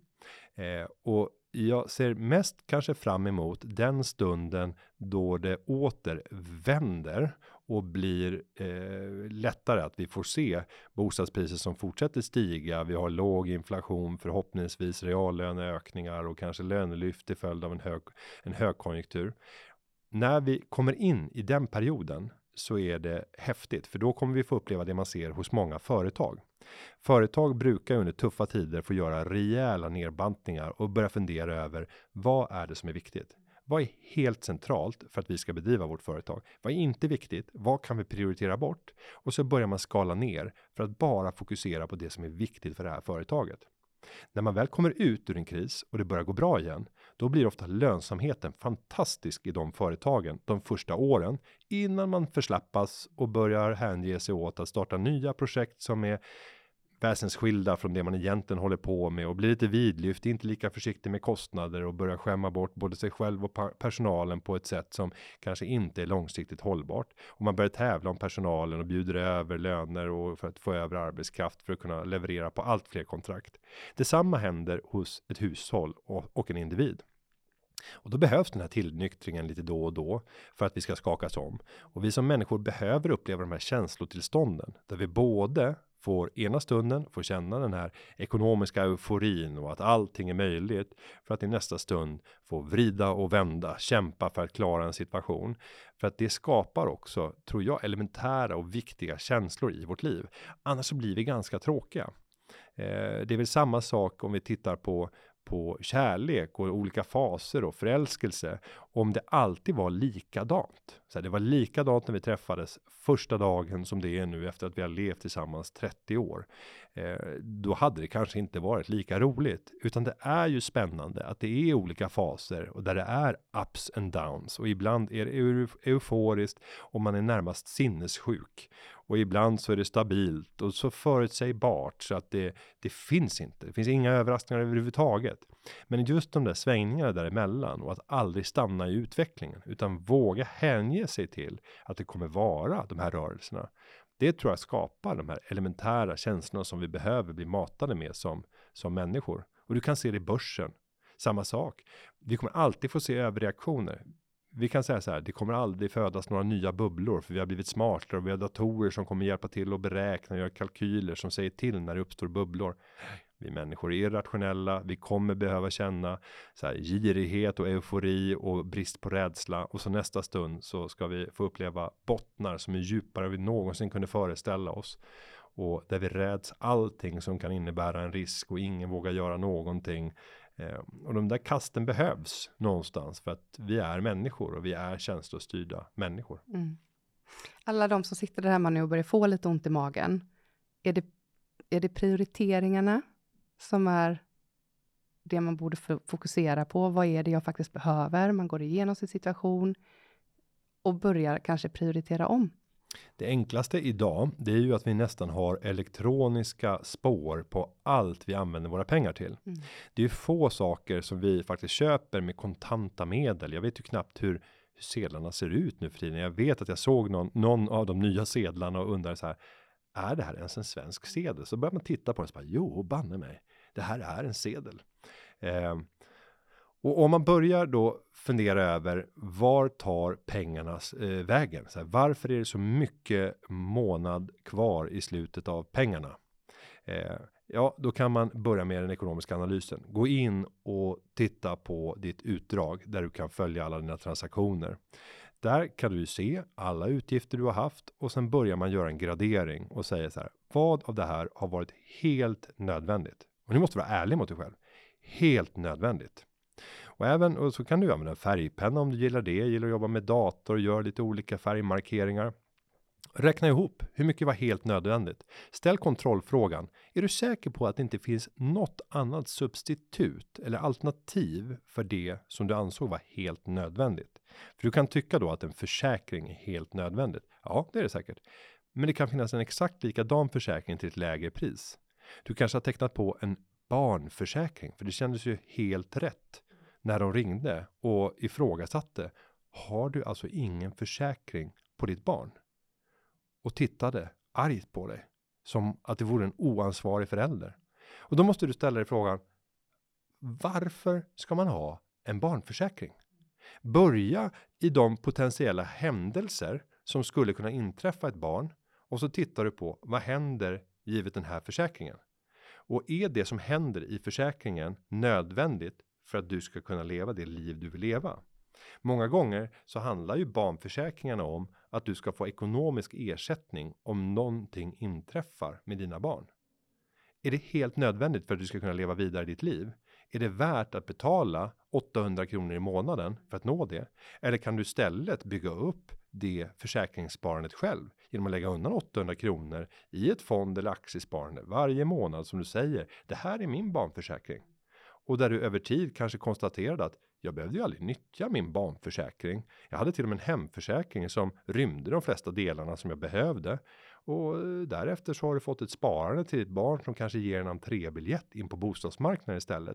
Och jag ser mest kanske fram emot den stunden då det åter vänder och blir lättare att vi får se bostadspriser som fortsätter stiga. Vi har låg inflation, förhoppningsvis reallöneökningar och kanske lönelyft till följd av en högkonjunktur. När vi kommer in i den perioden så är det häftigt, för då kommer vi få uppleva det man ser hos många företag. Företag brukar under tuffa tider få göra rejäla nerbantningar och börja fundera över vad är det som är viktigt. Vad är helt centralt för att vi ska bedriva vårt företag? Vad är inte viktigt? Vad kan vi prioritera bort? Och så börjar man skala ner för att bara fokusera på det som är viktigt för det här företaget. När man väl kommer ut ur en kris och det börjar gå bra igen, då blir ofta lönsamheten fantastisk i de företagen de första åren innan man förslappas och börjar hänge sig åt att starta nya projekt som är väsensskilda från det man egentligen håller på med och blir lite vidlyft, inte lika försiktig med kostnader och börjar skämma bort både sig själv och personalen på ett sätt som kanske inte är långsiktigt hållbart. Och man börjar tävla om personalen och bjuder över löner och för att få över arbetskraft för att kunna leverera på allt fler kontrakt. Detsamma händer hos ett hushåll och en individ. Och då behövs den här tillnyktringen lite då och då för att vi ska skakas om. Och vi som människor behöver uppleva de här känslotillstånden där vi både får ena stunden får känna den här ekonomiska euforin och att allting är möjligt för att i nästa stund få vrida och vända, kämpa för att klara en situation. För att det skapar också, tror jag, elementära och viktiga känslor i vårt liv. Annars så blir vi ganska tråkiga. Det är väl samma sak om vi tittar på kärlek och olika faser och förälskelse, om det alltid var likadant. Så här, det var likadant när vi träffades första dagen som det är nu efter att vi har levt tillsammans 30 år. Då hade det kanske inte varit lika roligt, utan det är ju spännande att det är olika faser och där det är ups and downs och ibland är det euforiskt och man är närmast sinnessjuk. Och ibland så är det stabilt och så förutsägbart så att det finns inte. Det finns inga överraskningar överhuvudtaget. Men just de där svängningarna däremellan och att aldrig stanna i utvecklingen utan våga hänge sig till att det kommer vara de här rörelserna. Det tror jag skapar de här elementära känslorna som vi behöver bli matade med som människor. Och du kan se det i börsen. Samma sak. Vi kommer alltid få se överreaktioner. Vi kan säga så här, det kommer aldrig födas några nya bubblor för vi har blivit smartare och vi har datorer som kommer hjälpa till att beräkna och göra kalkyler som säger till när det uppstår bubblor. Vi människor är irrationella, vi kommer behöva känna så här, girighet och eufori och brist på rädsla och så nästa stund så ska vi få uppleva bottnar som är djupare än vi någonsin kunde föreställa oss. Och där vi räds allting som kan innebära en risk och ingen vågar göra någonting. Och de där kasten behövs någonstans för att vi är människor och vi är känslostyrda människor. Mm. Alla de som sitter där hemma nu och börjar få lite ont i magen, är det prioriteringarna som är det man borde fokusera på? Vad är det jag faktiskt behöver? Man går igenom sin situation och börjar kanske prioritera om. Det enklaste idag, det är ju att vi nästan har elektroniska spår på allt vi använder våra pengar till. Mm. Det är ju få saker som vi faktiskt köper med kontanta medel. Jag vet ju knappt hur sedlarna ser ut nu för tiden. Jag vet att jag såg någon av de nya sedlarna och undrade så här, är det här ens en svensk sedel? Så börjar man titta på den och så bara, jo, banne mig, det här är en sedel. Och om man börjar då fundera över var tar pengarnas vägen? Så här, varför är det så mycket månad kvar i slutet av pengarna? Ja, då kan man börja med den ekonomiska analysen. Gå in och titta på ditt utdrag där du kan följa alla dina transaktioner. Där kan du se alla utgifter du har haft och sen börjar man göra en gradering och säga så här, vad av det här har varit helt nödvändigt? Och nu måste du vara ärlig mot dig själv. Helt nödvändigt. Och så kan du använda en färgpenna om du gillar det. Gillar att jobba med dator och gör lite olika färgmarkeringar. Räkna ihop hur mycket var helt nödvändigt. Ställ kontrollfrågan. Är du säker på att det inte finns något annat substitut eller alternativ för det som du ansåg var helt nödvändigt? För du kan tycka då att en försäkring är helt nödvändigt. Ja, det är det säkert. Men det kan finnas en exakt likadan försäkring till ett lägre pris. Du kanske har tecknat på en barnförsäkring, för det kändes ju helt rätt när de ringde och ifrågasatte. Har du alltså ingen försäkring på ditt barn? Och tittade argt på dig, som att det vore en oansvarig förälder. Och då måste du ställa dig frågan, varför ska man ha en barnförsäkring? Börja i de potentiella händelser som skulle kunna inträffa ett barn, och så tittar du på vad händer givet den här försäkringen. Och är det som händer i försäkringen nödvändigt för att du ska kunna leva det liv du vill leva? Många gånger så handlar ju barnförsäkringarna om att du ska få ekonomisk ersättning om någonting inträffar med dina barn. Är det helt nödvändigt för att du ska kunna leva vidare i ditt liv? Är det värt att betala 800 kronor i månaden för att nå det? Eller kan du istället bygga upp det försäkringssparandet själv genom att lägga undan 800 kronor i ett fond eller aktiesparande varje månad som du säger, det här är min barnförsäkring. Och där du över tid kanske konstaterade att jag behövde ju aldrig nyttja min barnförsäkring. Jag hade till och med en hemförsäkring som rymde de flesta delarna som jag behövde. Och därefter så har du fått ett sparande till ditt barn som kanske ger en entrébiljett in på bostadsmarknaden istället.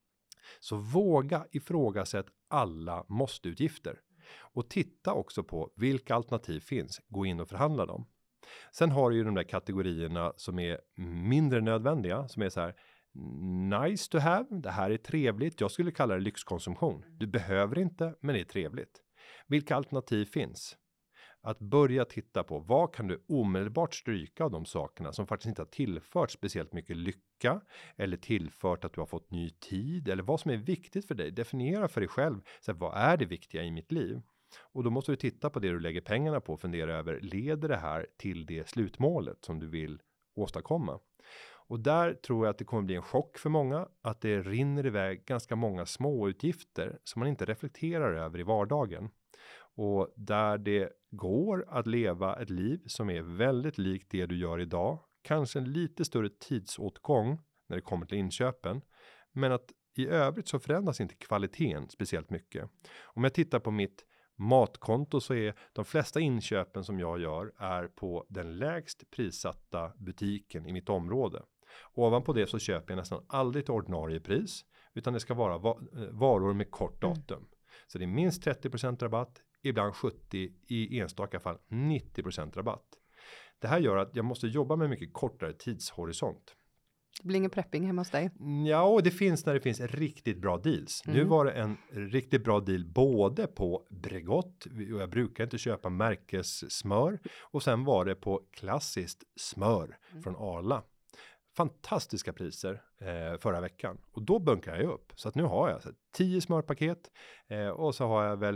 Så våga ifrågasätt alla måste-utgifter. Och titta också på vilka alternativ finns. Gå in och förhandla dem. Sen har du ju de där kategorierna som är mindre nödvändiga. Som är så här, nice to have, det här är trevligt. Jag skulle kalla det lyxkonsumtion. Du behöver inte, men det är trevligt. Vilka alternativ finns? Att börja titta på vad kan du omedelbart stryka av de sakerna som faktiskt inte har tillfört speciellt mycket lycka eller tillfört att du har fått ny tid eller vad som är viktigt för dig. Definiera för dig själv, så här, vad är det viktiga i mitt liv? Och då måste du titta på det du lägger pengarna på och fundera över, leder det här till det slutmålet som du vill åstadkomma? Och där tror jag att det kommer bli en chock för många att det rinner iväg ganska många små utgifter som man inte reflekterar över i vardagen. Och där det går att leva ett liv som är väldigt likt det du gör idag. Kanske en lite större tidsåtgång när det kommer till inköpen. Men att i övrigt så förändras inte kvaliteten speciellt mycket. Om jag tittar på mitt matkonto så är de flesta inköpen som jag gör är på den lägst prissatta butiken i mitt område. Ovanpå det så köper jag nästan aldrig till ordinarie pris, utan det ska vara varor med kort datum. Så det är minst 30% rabatt, ibland 70%, i enstaka fall 90% rabatt. Det här gör att jag måste jobba med mycket kortare tidshorisont. Det blir ingen prepping hemma hos dig? Ja, och det finns när det finns riktigt bra deals. Nu var det en riktigt bra deal både på Bregott, och jag brukar inte köpa märkessmör, och sen var det på klassiskt smör från Arla. Fantastiska priser förra veckan, och då bunkrar jag upp. Så att nu har jag 10 smörpaket och så har jag väl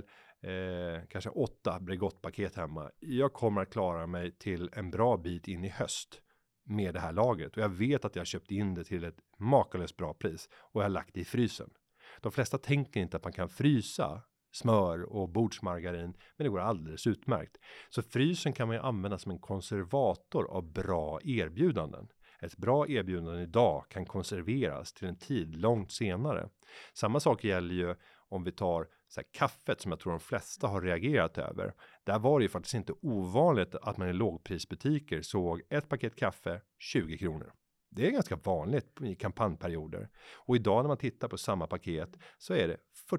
kanske 8 Bregott-paket hemma. Jag kommer att klara mig till en bra bit in i höst med det här lagret. Och jag vet att jag har köpt in det till ett makalöst bra pris. Och jag har lagt det i frysen. De flesta tänker inte att man kan frysa smör och bordsmargarin. Men det går alldeles utmärkt. Så frysen kan man ju använda som en konservator av bra erbjudanden. Ett bra erbjudande idag kan konserveras till en tid långt senare. Samma sak gäller ju om vi tar så här, kaffet som jag tror de flesta har reagerat över. Där var det ju faktiskt inte ovanligt att man i lågprisbutiker såg ett paket kaffe 20 kronor. Det är ganska vanligt i kampanjperioder. Och idag när man tittar på samma paket så är det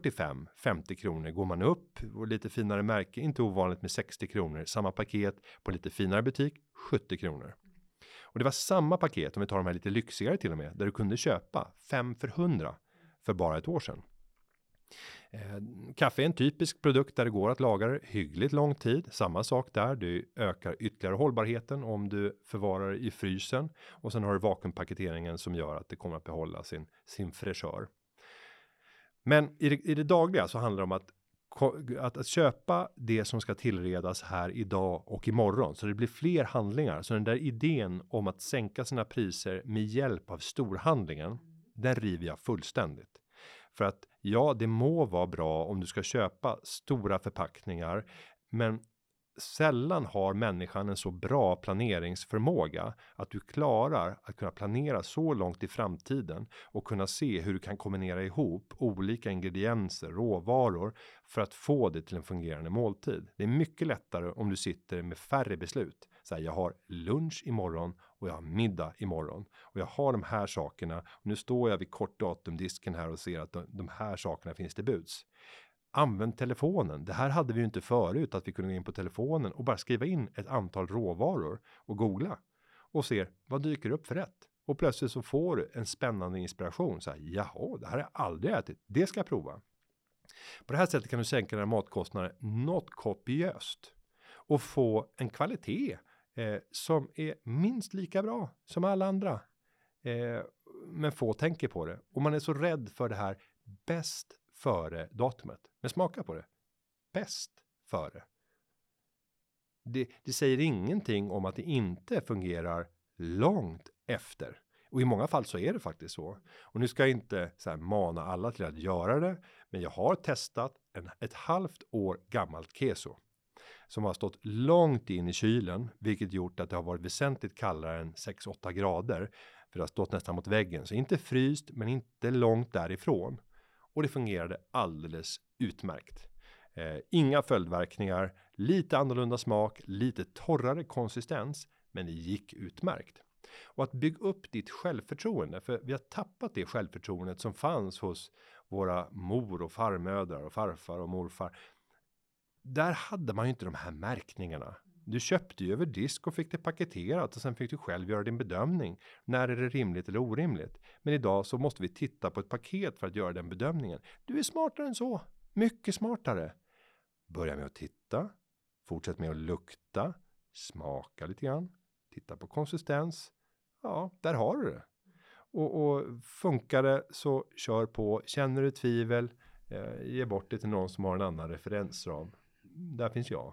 45-50 kronor. Går man upp och lite finare märke, inte ovanligt med 60 kronor. Samma paket på lite finare butik, 70 kronor. Och det var samma paket, om vi tar de här lite lyxigare till och med, där du kunde köpa 5 för 100 för bara ett år sedan. Kaffe är en typisk produkt där det går att laga det hyggligt lång tid. Samma sak där, du ökar ytterligare hållbarheten om du förvarar i frysen. Och sen har du vakuumpaketeringen som gör att det kommer att behålla sin fräschör. Men i det dagliga så handlar det om att köpa det som ska tillredas här idag och imorgon. Så det blir fler handlingar. Så den där idén om att sänka sina priser med hjälp av storhandlingen, den river jag fullständigt. För att ja, det må vara bra om du ska köpa stora förpackningar, men sällan har människan en så bra planeringsförmåga att du klarar att kunna planera så långt i framtiden och kunna se hur du kan kombinera ihop olika ingredienser, råvaror för att få det till en fungerande måltid. Det är mycket lättare om du sitter med färre beslut. Så här, jag har lunch imorgon och jag har middag imorgon och jag har de här sakerna och nu står jag vid kortdatumdisken här och ser att de här sakerna finns till buds. Använd telefonen. Det här hade vi ju inte förut, att vi kunde gå in på telefonen och bara skriva in ett antal råvaror och googla och se vad dyker upp för rätt. Och plötsligt så får du en spännande inspiration. Så här, jaha, det här har jag aldrig ätit. Det ska jag prova. På det här sättet kan du sänka dina matkostnader något kopiöst och få en kvalitet som är minst lika bra som alla andra. Men få tänker på det. Och man är så rädd för det här bäst före datumet. Men smaka på det. Bäst före. Det säger ingenting om att det inte fungerar långt efter. Och i många fall så är det faktiskt så. Och nu ska jag inte så här mana alla till att göra det. Men jag har testat ett halvt år gammalt keso. Som har stått långt in i kylen. Vilket gjort att det har varit väsentligt kallare än 6-8 grader. För det har stått nästan mot väggen. Så inte fryst men inte långt därifrån. Och det fungerade alldeles utmärkt. Inga följdverkningar, lite annorlunda smak, lite torrare konsistens, men det gick utmärkt. Och att bygga upp ditt självförtroende, för vi har tappat det självförtroendet som fanns hos våra mor- och farmödrar och farfar och morfar. Där hade man ju inte de här märkningarna. Du köpte ju över disk och fick det paketerat och sen fick du själv göra din bedömning. När är det rimligt eller orimligt? Men idag så måste vi titta på ett paket för att göra den bedömningen. Du är smartare än så. Mycket smartare. Börja med att titta. Fortsätt med att lukta. Smaka lite grann. Titta på konsistens. Ja, där har du det. Och funkar det så kör på. Känner du tvivel? Ge bort det till någon som har en annan referensram. Där finns jag.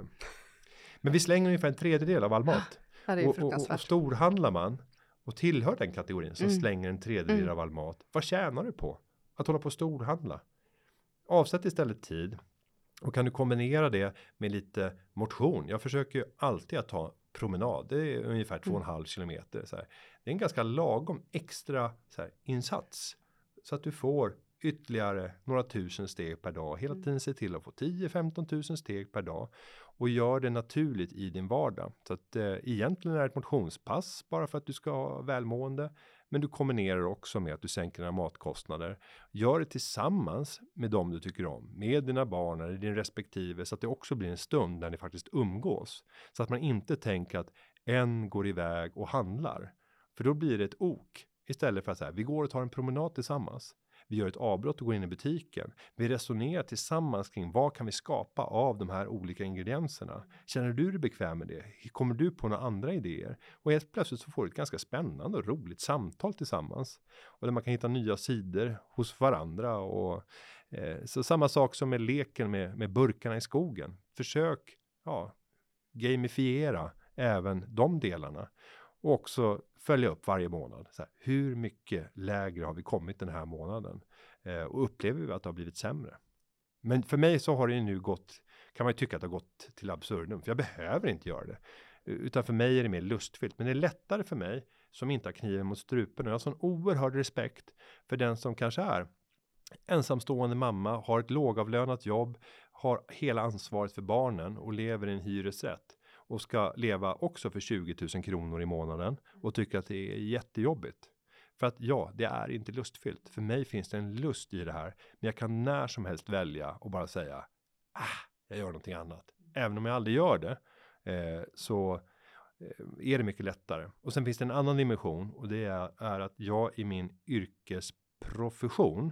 Men vi slänger ungefär en tredjedel av all mat. Ja, det är fruktansvärt. Och storhandlar man och tillhör den kategorin som slänger en tredjedel av all mat. Vad tjänar du på att hålla på och storhandla? Avsätt istället tid. Och kan du kombinera det med lite motion. Jag försöker ju alltid att ta promenad. Det är ungefär 2,5 kilometer. Så här. Det är en ganska lagom extra så här, insats. Så att du får ytterligare några tusen steg per dag. Hela tiden se till att få 10-15 tusen steg per dag. Och gör det naturligt i din vardag. Så att egentligen är det ett motionspass bara för att du ska ha välmående. Men du kombinerar också med att du sänker dina matkostnader. Gör det tillsammans med dem du tycker om. Med dina barn eller din respektive. Så att det också blir en stund där ni faktiskt umgås. Så att man inte tänker att en går iväg och handlar. För då blir det ett ok. Istället för att säga vi går och tar en promenad tillsammans. Vi gör ett avbrott och går in i butiken. Vi resonerar tillsammans kring vad kan vi skapa av de här olika ingredienserna. Känner du dig bekväm med det? Kommer du på några andra idéer? Och helt plötsligt så får du ett ganska spännande och roligt samtal tillsammans. Och där man kan hitta nya sidor hos varandra. Och, så samma sak som med leken med burkarna i skogen. Försök gamifiera även de delarna. Och också följa upp varje månad. Så här, hur mycket lägre har vi kommit den här månaden? Och upplever vi att det har blivit sämre? Men för mig så har det nu gått, kan man ju tycka att det har gått till absurdum. För jag behöver inte göra det. Utan för mig är det mer lustfyllt. Men det är lättare för mig som inte har kniven mot strupen. Och jag har sån oerhörd respekt för den som kanske är ensamstående mamma, har ett lågavlönat jobb, har hela ansvaret för barnen och lever i en hyresrätt. Och ska leva också för 20 000 kronor i månaden. Och tycker att det är jättejobbigt. För att det är inte lustfyllt. För mig finns det en lust i det här. Men jag kan när som helst välja och bara säga. Jag gör någonting annat. Även om jag aldrig gör det. Så är det mycket lättare. Och sen finns det en annan dimension. Och det är att jag i min yrkesprofession.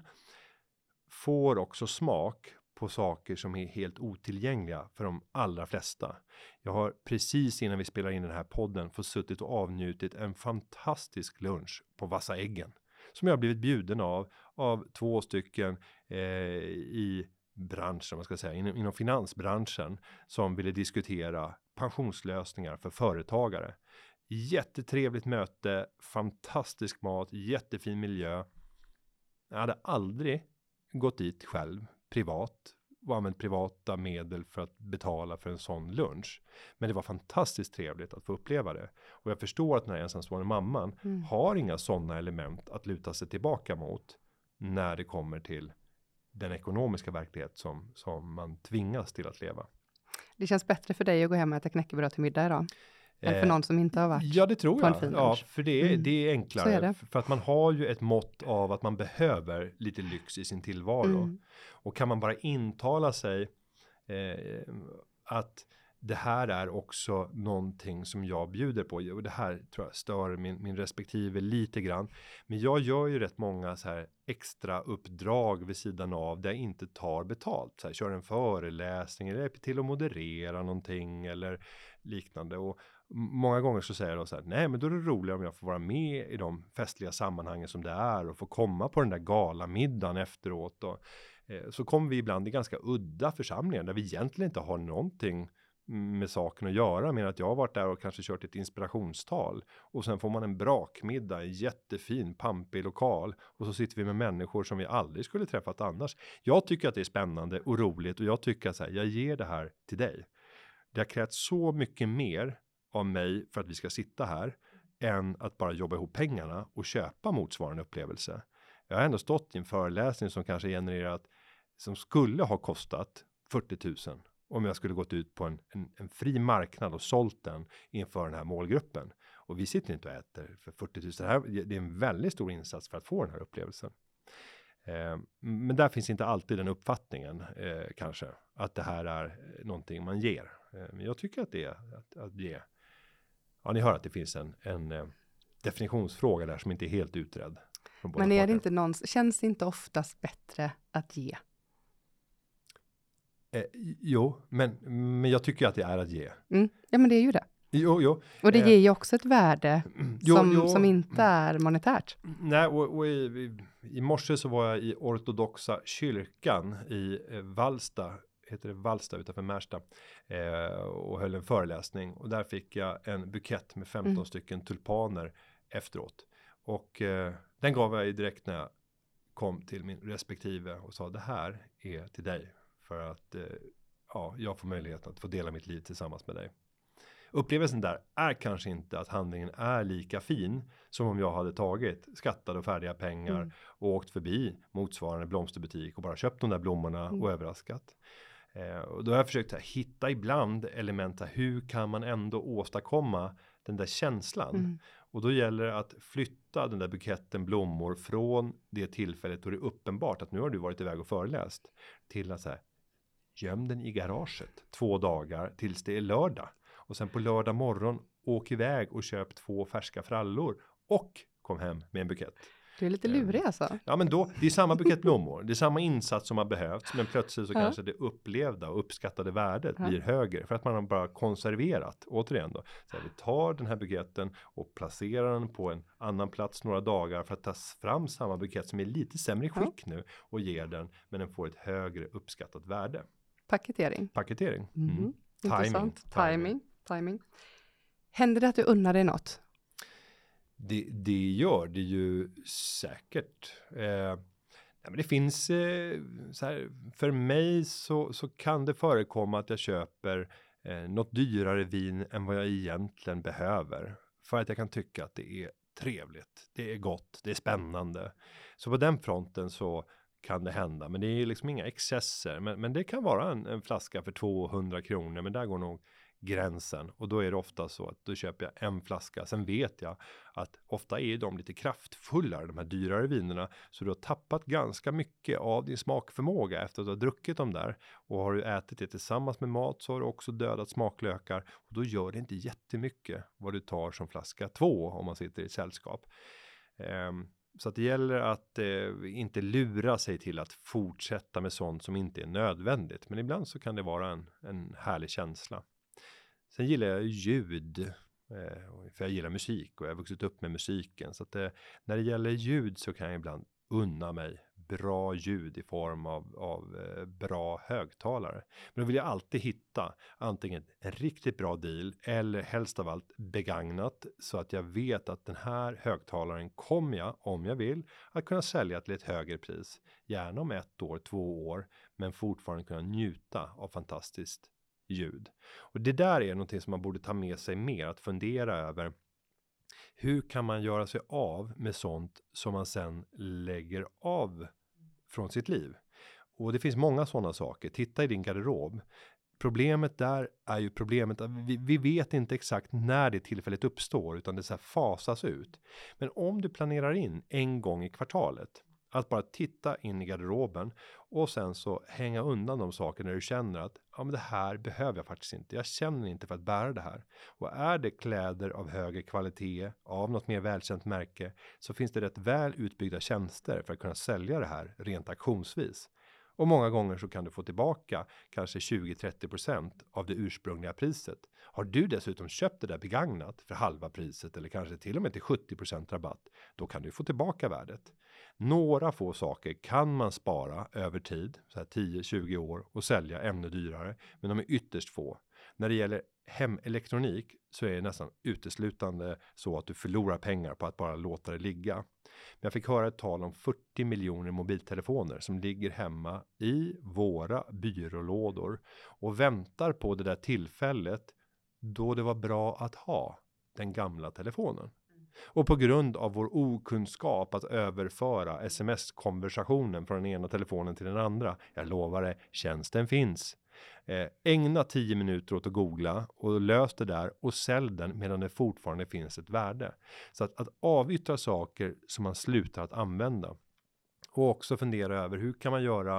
Får också smak på saker som är helt otillgängliga för de allra flesta. Jag har precis innan vi spelar in den här podden fått suttit och avnjutit en fantastisk lunch på Vassa Äggen. Som jag har blivit bjuden av 2 stycken i branschen, vad ska jag säga, inom finansbranschen som ville diskutera pensionslösningar för företagare. Jättetrevligt möte, fantastisk mat, jättefin miljö. Jag hade aldrig gått dit själv, privat, och använt privata medel för att betala för en sån lunch. Men det var fantastiskt trevligt att få uppleva det. Och jag förstår att den här ensamstående mamman har inga sådana element att luta sig tillbaka mot när det kommer till den ekonomiska verklighet som man tvingas till att leva. Det känns bättre för dig att gå hem och äta knäckebröd till middag idag. Än för någon som inte har varit Ja, det tror på en jag. fin Ja, lunch. för det är enklare. Så är det. För att man har ju ett mått av att man behöver lite lyx i sin tillvaro. Och kan man bara intala sig att det här är också någonting som jag bjuder på. Och det här tror jag stör min respektive lite grann. Men jag gör ju rätt många så här extra uppdrag vid sidan av där jag inte tar betalt. Så här, kör en föreläsning eller hjälper till att moderera någonting eller liknande. Och många gånger så säger jag då så här, nej men då är det roligare om jag får vara med i de festliga sammanhangen som det är och få komma på den där galamiddagen efteråt. Och, så kommer vi ibland i ganska udda församlingar där vi egentligen inte har någonting med saken att göra, men att jag har varit där och kanske kört ett inspirationstal och sen får man en brakmiddag, en jättefin pampig lokal och så sitter vi med människor som vi aldrig skulle träffat annars. Jag tycker att det är spännande och roligt och jag tycker att så här, jag ger det här till dig. Det har krävt så mycket mer av mig för att vi ska sitta här än att bara jobba ihop pengarna och köpa motsvarande upplevelse. Jag har ändå stått i en föreläsning som kanske genererat, som skulle ha kostat 40 000 om jag skulle gått ut på en fri marknad och sålt den inför den här målgruppen. Och vi sitter inte och äter för 40 000. Det är en väldigt stor insats för att få den här upplevelsen. Men där finns inte alltid den uppfattningen kanske. Att det här är någonting man ger. Men jag tycker att det är att ge. Ja, ni hör att det finns en definitionsfråga där som inte är helt utredd. Men är det inte känns det inte oftast bättre att ge? Jo, men jag tycker att det är att ge. Ja, men det är ju det. Jo. Och det ger ju också ett värde som inte är monetärt. Nej, och i morse så var jag i ortodoxa kyrkan i Vallsta, heter det Vallsta utanför Märsta, och höll en föreläsning. Och där fick jag en bukett med 15 stycken tulpaner efteråt. Och den gav jag direkt när jag kom till min respektive och sa det här är till dig. För att jag får möjlighet att få dela mitt liv tillsammans med dig. Upplevelsen där är kanske inte att handlingen är lika fin som om jag hade tagit skattade och färdiga pengar och åkt förbi motsvarande blomsterbutik och bara köpt de där blommorna och överraskat. Och då har jag försökt hitta ibland element, hur kan man ändå åstadkomma den där känslan. Och då gäller det att flytta den där buketten blommor från det tillfället då det är uppenbart att nu har du varit iväg och föreläst till att så här, göm den i garaget 2 dagar tills det är lördag. Och sen på lördag morgon åk iväg och köp 2 färska frallor och kom hem med en bukett. Du är lite lurig alltså. Ja, men då, det är samma bukett blommor. Det är samma insats som har behövts. Men plötsligt så kanske det upplevda och uppskattade värdet blir högre. För att man har bara konserverat. Återigen då. Så här, vi tar den här buketten och placerar den på en annan plats några dagar. För att ta fram samma bukett som är lite sämre skick nu. Och ger den. Men den får ett högre uppskattat värde. Paketering. Intressant. Timing. Händer det att du unnar dig något? Det gör det ju säkert. Men det finns så här, för mig så kan det förekomma att jag köper något dyrare vin än vad jag egentligen behöver. För att jag kan tycka att det är trevligt, det är gott, det är spännande. Så på den fronten så kan det hända. Men det är liksom inga excesser. Men det kan vara en flaska för 200 kronor. Men där går nog gränsen. Och då är det ofta så att då köper jag en flaska. Sen vet jag att ofta är de lite kraftfullare, de här dyrare vinerna. Så du har tappat ganska mycket av din smakförmåga efter att du har druckit dem där. Och har du ätit det tillsammans med mat så har du också dödat smaklökar. Och då gör det inte jättemycket vad du tar som flaska 2 om man sitter i ett sällskap. Så att det gäller att inte lura sig till att fortsätta med sånt som inte är nödvändigt. Men ibland så kan det vara en härlig känsla. Sen gillar jag ljud. För jag gillar musik och jag har vuxit upp med musiken. Så att när det gäller ljud så kan jag ibland unna mig bra ljud i form av bra högtalare. Men då vill jag alltid hitta antingen en riktigt bra deal eller helst av allt begagnat, så att jag vet att den här högtalaren kommer jag, om jag vill, att kunna sälja till ett högre pris. Gärna om 1 år, 2 år, men fortfarande kunna njuta av fantastiskt ljud. Och det där är någonting som man borde ta med sig mer, att fundera över. Hur kan man göra sig av med sånt som man sen lägger av från sitt liv? Och det finns många sådana saker. Titta i din garderob. Problemet där är ju problemet att vi vet inte exakt när det tillfället uppstår, utan det så här fasas ut. Men om du planerar in en gång i kvartalet, att bara titta in i garderoben och sen så hänga undan de saker när du känner att ja, men det här behöver jag faktiskt inte. Jag känner inte för att bära det här. Och är det kläder av högre kvalitet, av något mer välkänt märke, så finns det rätt väl utbyggda tjänster för att kunna sälja det här rent auktionsvis. Och många gånger så kan du få tillbaka kanske 20-30% av det ursprungliga priset. Har du dessutom köpt det där begagnat för halva priset eller kanske till och med till 70% rabatt, då kan du få tillbaka värdet. Några få saker kan man spara över tid, så här 10-20 år, och sälja ännu dyrare, men de är ytterst få. När det gäller hemelektronik så är det nästan uteslutande så att du förlorar pengar på att bara låta det ligga. Men jag fick höra ett tal om 40 miljoner mobiltelefoner som ligger hemma i våra byrålådor och väntar på det där tillfället då det var bra att ha den gamla telefonen. Och på grund av vår okunskap att överföra sms-konversationen från den ena telefonen till den andra, jag lovar det, tjänsten finns. Ägna 10 minuter åt att googla och lös det där och sälj den medan det fortfarande finns ett värde. Så att avyttra saker som man slutar att använda. Och också fundera över hur kan man göra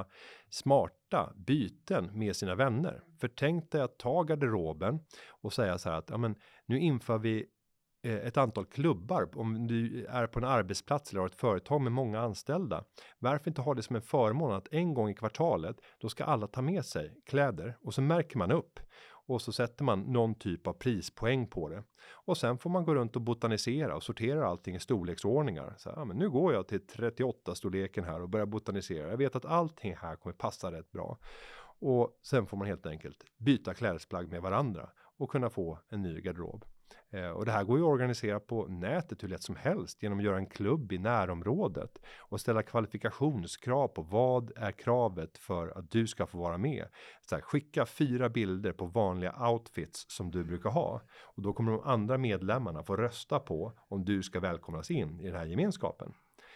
smarta byten med sina vänner. För tänk dig att ta garderoben och säga så här att ja, men, nu inför vi ett antal klubbar. Om du är på en arbetsplats eller har ett företag med många anställda, varför inte ha det som en förmån att en gång i kvartalet då ska alla ta med sig kläder och så märker man upp och så sätter man någon typ av prispoäng på det och sen får man gå runt och botanisera och sortera allting i storleksordningar. Så ja, men nu går jag till 38 storleken här och börjar botanisera. Jag vet att allting här kommer passa rätt bra. Och sen får man helt enkelt byta klädesplagg med varandra och kunna få en ny garderob. Och det här går ju att organisera på nätet hur lätt som helst genom att göra en klubb i närområdet och ställa kvalifikationskrav på vad är kravet för att du ska få vara med. Så här, skicka 4 bilder på vanliga outfits som du brukar ha och då kommer de andra medlemmarna få rösta på om du ska välkomnas in i den här gemenskapen.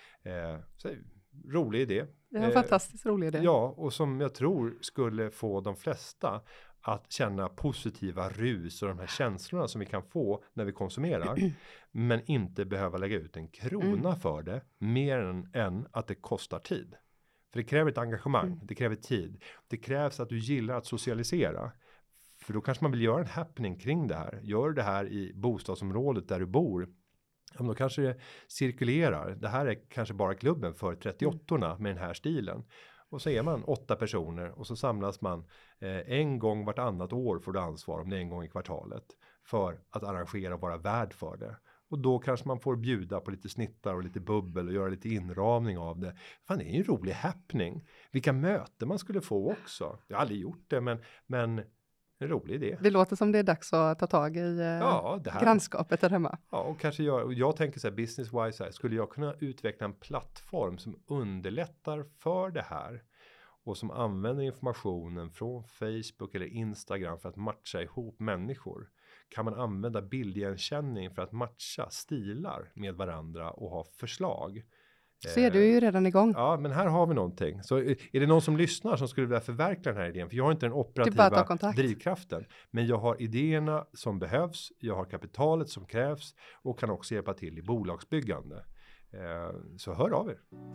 Så rolig idé. Det är en fantastiskt rolig idé. Ja, och som jag tror skulle få de flesta att känna positiva rus och de här känslorna som vi kan få när vi konsumerar. Men inte behöva lägga ut en krona för det mer än att det kostar tid. För det kräver ett engagemang, det kräver tid. Det krävs att du gillar att socialisera. För då kanske man vill göra en happening kring det här. Gör det här i bostadsområdet där du bor. Om då kanske det cirkulerar. Det här är kanske bara klubben för 38orna med den här stilen. Och så är man 8 personer och så samlas man en gång vartannat år får du ansvar om det är en gång i kvartalet. För att arrangera och vara värd för det. Och då kanske man får bjuda på lite snittar och lite bubbel och göra lite inramning av det. Fan, det är ju en rolig happening. Vilka möten man skulle få också. Jag har aldrig gjort det men en rolig idé. Det låter som det är dags att ta tag i grannskapet där hemma. Ja, och kanske jag tänker så här business-wise här, skulle jag kunna utveckla en plattform som underlättar för det här och som använder informationen från Facebook eller Instagram för att matcha ihop människor. Kan man använda bildigenkänning för att matcha stilar med varandra och ha förslag? Ser du är ju redan igång. Ja, men här har vi någonting. Så är det någon som lyssnar som skulle vilja förverkliga den här idén? För jag har inte den operativa drivkraften. Men jag har idéerna som behövs. Jag har kapitalet som krävs. Och kan också hjälpa till i bolagsbyggande. Så hör av er.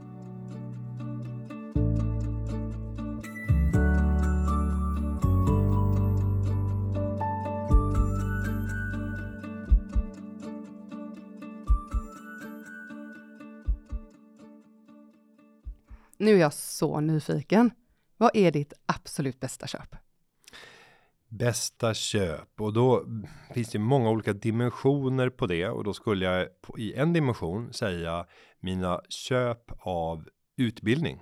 Nu är jag så nyfiken. Vad är ditt absolut bästa köp? Bästa köp. Och då finns det många olika dimensioner på det. Och då skulle jag i en dimension säga mina köp av utbildning.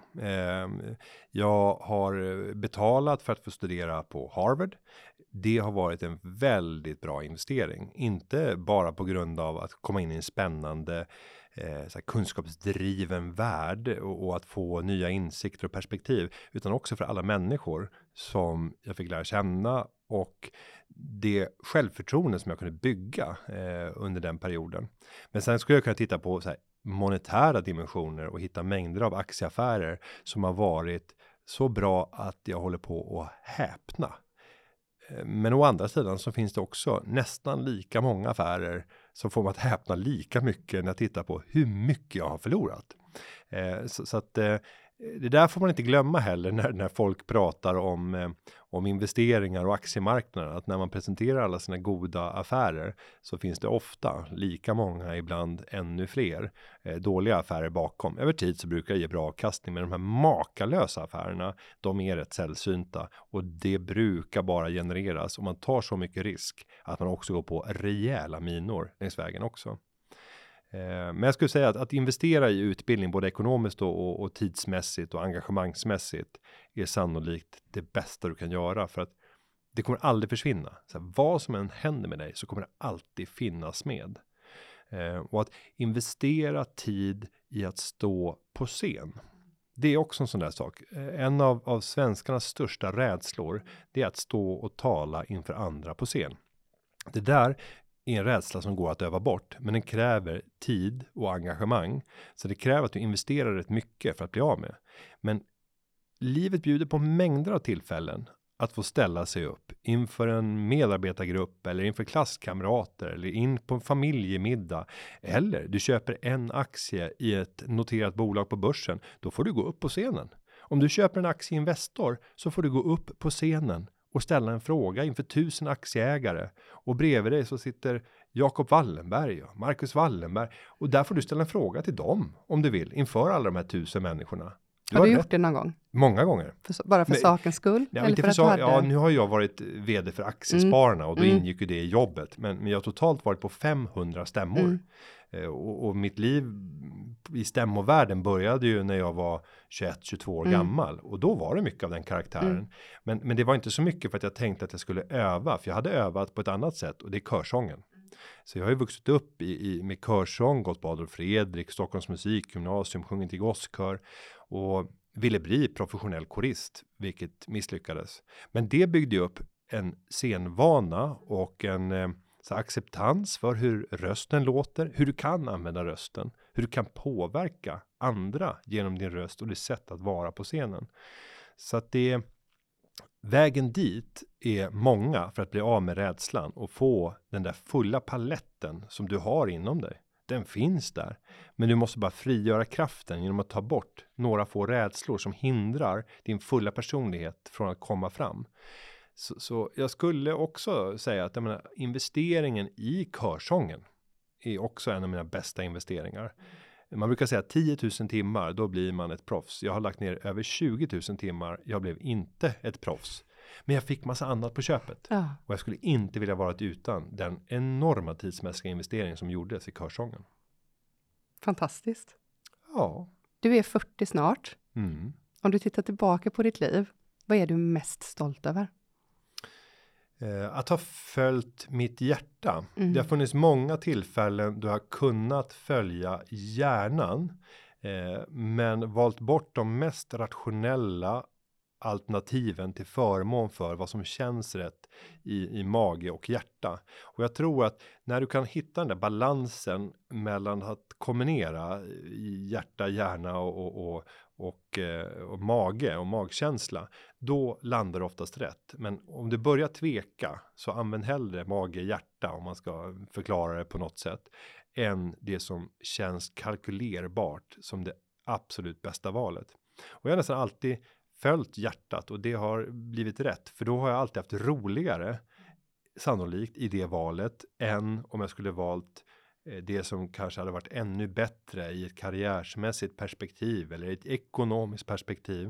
Jag har betalat för att få studera på Harvard. Det har varit en väldigt bra investering. Inte bara på grund av att komma in i en spännande så här kunskapsdriven värld och att få nya insikter och perspektiv, utan också för alla människor som jag fick lära känna och det självförtroende som jag kunde bygga under den perioden. Men sen skulle jag kunna titta på så här monetära dimensioner och hitta mängder av aktieaffärer som har varit så bra att jag håller på att häpna. Men å andra sidan så finns det också nästan lika många affärer som får mig att häpna lika mycket när jag tittar på hur mycket jag har förlorat. Så att det där får man inte glömma heller när folk pratar om investeringar och aktiemarknaden. Att när man presenterar alla sina goda affärer så finns det ofta lika många, ibland ännu fler dåliga affärer bakom. Över tid så brukar det ge bra avkastning, men de här makalösa affärerna, de är rätt sällsynta. Och det brukar bara genereras om man tar så mycket risk att man också går på rejäla minor längs vägen också. Men jag skulle säga att investera i utbildning både ekonomiskt och tidsmässigt och engagemangsmässigt är sannolikt det bästa du kan göra, för att det kommer aldrig försvinna. Så här, vad som än händer med dig så kommer det alltid finnas med. Och att investera tid i att stå på scen, det är också en sån där sak. En av svenskarnas största rädslor, det är att stå och tala inför andra på scen. Det där är en rädsla som går att öva bort, men den kräver tid och engagemang. Så det kräver att du investerar rätt mycket för att bli av med. Men livet bjuder på mängder av tillfällen att få ställa sig upp inför en medarbetargrupp eller inför klasskamrater eller in på en familjemiddag. Eller du köper en aktie i ett noterat bolag på börsen, då får du gå upp på scenen. Om du köper en aktie i Investor så får du gå upp på scenen och ställa en fråga inför 1000 aktieägare. Och bredvid dig så sitter Jacob Wallenberg och Marcus Wallenberg. Och där får du ställa en fråga till dem om du vill, inför alla de här 1000 människorna. Har du gjort det någon gång? Många gånger. Bara för sakens skull? Ja, eller för att nu har jag varit vd för Aktiespararna och då ingick ju det i jobbet. Men jag har totalt varit på 500 stämmor. Och mitt liv i stämmovärlden började ju när jag var 21-22 år gammal. Och då var det mycket av den karaktären. Men det var inte så mycket för att jag tänkte att jag skulle öva. För jag hade övat på ett annat sätt, och det är körsången. Så jag har ju vuxit upp med körsång, gått på Adolf Fredrik, Stockholms musikgymnasium, sjungit i gosskör och ville bli professionell korist, vilket misslyckades. Men det byggde upp en scenvana och en så acceptans för hur rösten låter, hur du kan använda rösten, hur du kan påverka andra genom din röst och ditt sätt att vara på scenen. Så att vägen dit är många för att bli av med rädslan och få den där fulla paletten som du har inom dig. Den finns där, men du måste bara frigöra kraften genom att ta bort några få rädslor som hindrar din fulla personlighet från att komma fram. Så jag skulle också säga att investeringen i körsången är också en av mina bästa investeringar. Man brukar säga 10 000 timmar, då blir man ett proffs. Jag har lagt ner över 20 000 timmar, jag blev inte ett proffs. Men jag fick massa annat på köpet. Ja. Och jag skulle inte vilja vara utan den enorma tidsmässiga investering som gjordes i körsången. Fantastiskt. Ja. Du är 40 snart. Om du tittar tillbaka på ditt liv, vad är du mest stolt över? Att ha följt mitt hjärta. Det har funnits många tillfällen då jag har kunnat följa hjärnan. Men valt bort de mest rationella alternativen till förmån för vad som känns rätt i mage och hjärta. Och jag tror att när du kan hitta den där balansen mellan att kombinera hjärta, hjärna och mage och magkänsla, då landar det oftast rätt. Men om du börjar tveka, så använd hellre mage, hjärta, om man ska förklara det på något sätt, än det som känns kalkylerbart som det absolut bästa valet. Och jag har nästan alltid följt hjärtat, och det har blivit rätt, för då har jag alltid haft roligare sannolikt i det valet än om jag skulle valt det som kanske hade varit ännu bättre i ett karriärsmässigt perspektiv eller ett ekonomiskt perspektiv.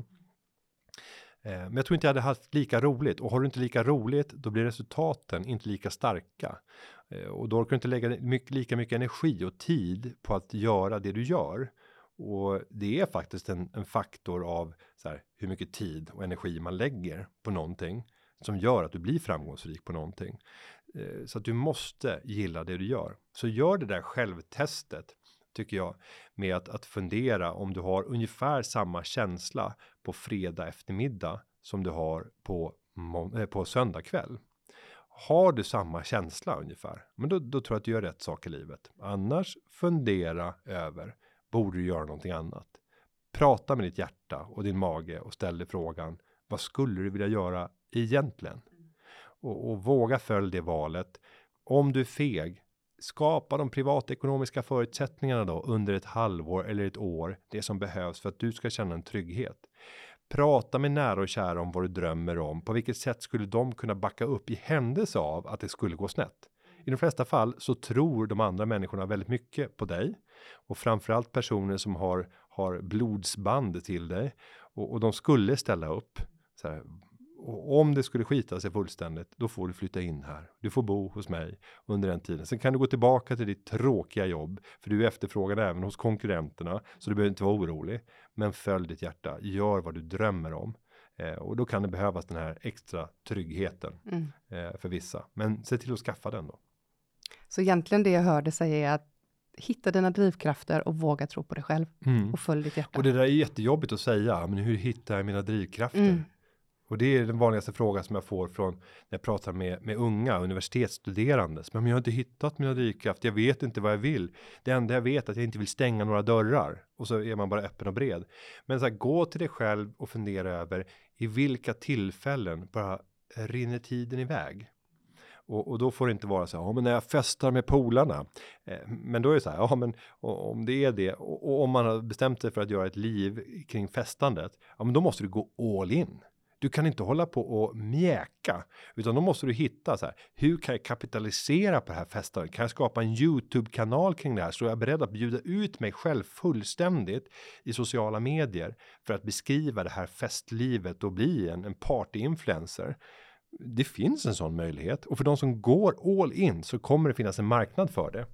Men jag tror inte jag hade haft lika roligt, och har du inte lika roligt, då blir resultaten inte lika starka. Och då kan du inte lägga lika mycket energi och tid på att göra det du gör. Och det är faktiskt en faktor av så här, hur mycket tid och energi man lägger på någonting som gör att du blir framgångsrik på någonting. Så att du måste gilla det du gör. Så gör det där självtestet, tycker jag, med att fundera om du har ungefär samma känsla på fredag eftermiddag som du har på söndag kväll. Har du samma känsla ungefär, men då tror jag att du gör rätt sak i livet. Annars fundera över, borde du göra någonting annat? Prata med ditt hjärta och din mage och ställ dig frågan, vad skulle du vilja göra egentligen? Och våga följa det valet. Om du är feg, skapa de privatekonomiska förutsättningarna då under ett halvår eller ett år. Det som behövs för att du ska känna en trygghet. Prata med nära och kära om vad du drömmer om. På vilket sätt skulle de kunna backa upp i händelse av att det skulle gå snett? I de flesta fall så tror de andra människorna väldigt mycket på dig. Och framförallt personer som har blodsband till dig. Och de skulle ställa upp. Så här, och om det skulle skita sig fullständigt, då får du flytta in här. Du får bo hos mig under den tiden. Sen kan du gå tillbaka till ditt tråkiga jobb. För du är efterfrågad även hos konkurrenterna. Så du behöver inte vara orolig. Men följ ditt hjärta. Gör vad du drömmer om. Och då kan det behövas den här extra tryggheten för vissa. Men se till att skaffa den då. Så egentligen det jag hörde säga är att hitta dina drivkrafter och våga tro på dig själv. Och följ ditt hjärta. Och det där är jättejobbigt att säga. Men hur hittar jag mina drivkrafter? Och det är den vanligaste frågan som jag får från när jag pratar med unga universitetsstuderande. Men jag har inte hittat mina drivkrafter. Jag vet inte vad jag vill. Det enda jag vet är att jag inte vill stänga några dörrar. Och så är man bara öppen och bred. Men så här, gå till dig själv och fundera över i vilka tillfällen bara rinner tiden iväg. Och då får det inte vara så här, men när jag festar med polarna. Men då är det så här, men om det är det. Och om man har bestämt sig för att göra ett liv kring festandet. Ja, men då måste du gå all in. Du kan inte hålla på och mjäka. Utan då måste du hitta så här. Hur kan jag kapitalisera på det här festandet? Kan jag skapa en YouTube-kanal kring det här? Så jag är beredd att bjuda ut mig själv fullständigt i sociala medier. För att beskriva det här festlivet och bli en party-influencer. Det finns en sån möjlighet. Och för de som går all in så kommer det finnas en marknad för det.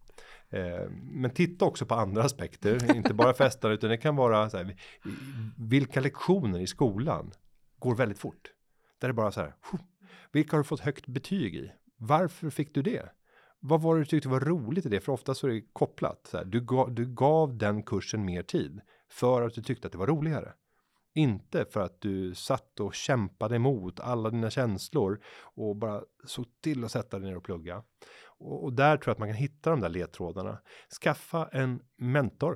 Men titta också på andra aspekter. Inte bara festar utan det kan vara så här, vilka lektioner i skolan går väldigt fort. Där är det bara så här. Vilka har du fått högt betyg i? Varför fick du det? Vad var det du tyckte var roligt i det? För ofta så är det kopplat. Så här, du gav den kursen mer tid. För att du tyckte att det var roligare. Inte för att du satt och kämpade emot alla dina känslor. Och bara såg till att sätta dig ner och plugga. Och där tror jag att man kan hitta de där ledtrådarna. Skaffa en mentor.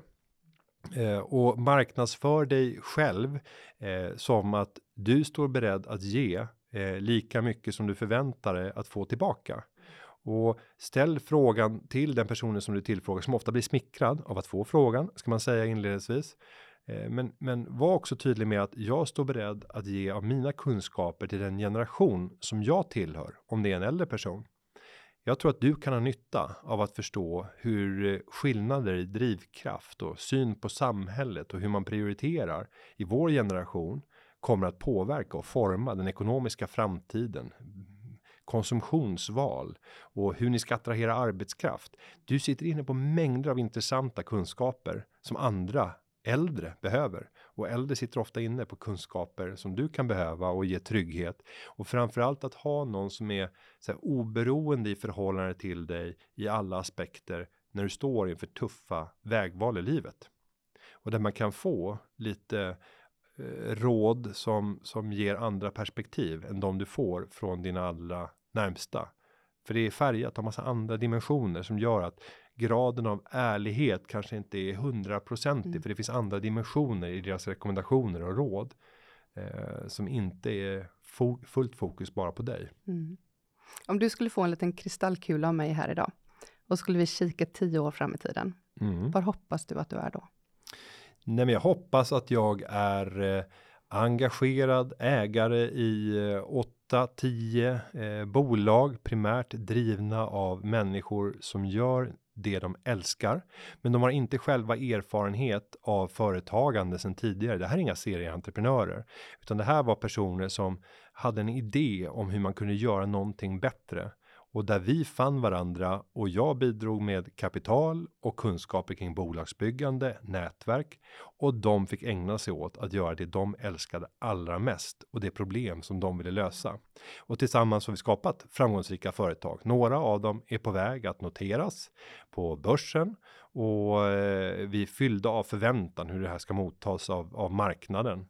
Och marknadsför dig själv som att du står beredd att ge lika mycket som du förväntar dig att få tillbaka. Och ställ frågan till den personen som du tillfrågar som ofta blir smickrad av att få frågan, ska man säga inledningsvis. Men var också tydlig med att jag står beredd att ge av mina kunskaper till den generation som jag tillhör, om det är en äldre person. Jag tror att du kan ha nytta av att förstå hur skillnader i drivkraft och syn på samhället och hur man prioriterar i vår generation kommer att påverka och forma den ekonomiska framtiden, konsumtionsval och hur ni ska attrahera arbetskraft. Du sitter inne på mängder av intressanta kunskaper som andra äldre behöver. Och äldre sitter ofta inne på kunskaper som du kan behöva och ge trygghet. Och framförallt att ha någon som är så här, oberoende i förhållande till dig i alla aspekter när du står inför tuffa vägval i livet. Och där man kan få lite råd som ger andra perspektiv än de du får från dina allra närmsta. För det är färgat av massa andra dimensioner som gör att graden av ärlighet kanske inte är 100%. För det finns andra dimensioner i deras rekommendationer och råd. Som inte är fullt fokus bara på dig. Om du skulle få en liten kristallkula av mig här idag. Och skulle vi kika 10 år fram i tiden. Var hoppas du att du är då? Nej, men jag hoppas att jag är engagerad ägare i 8-10 bolag. Primärt drivna av människor som gör det de älskar. Men de har inte själva erfarenhet av företagande sedan tidigare. Det här är inga serieentreprenörer. Utan det här var personer som hade en idé om hur man kunde göra någonting bättre. och där vi fann varandra och jag bidrog med kapital och kunskaper kring bolagsbyggande, nätverk, och de fick ägna sig åt att göra det de älskade allra mest och det problem som de ville lösa. Och tillsammans har vi skapat framgångsrika företag. Några av dem är på väg att noteras på börsen och vi är fyllda av förväntan hur det här ska mottas av marknaden.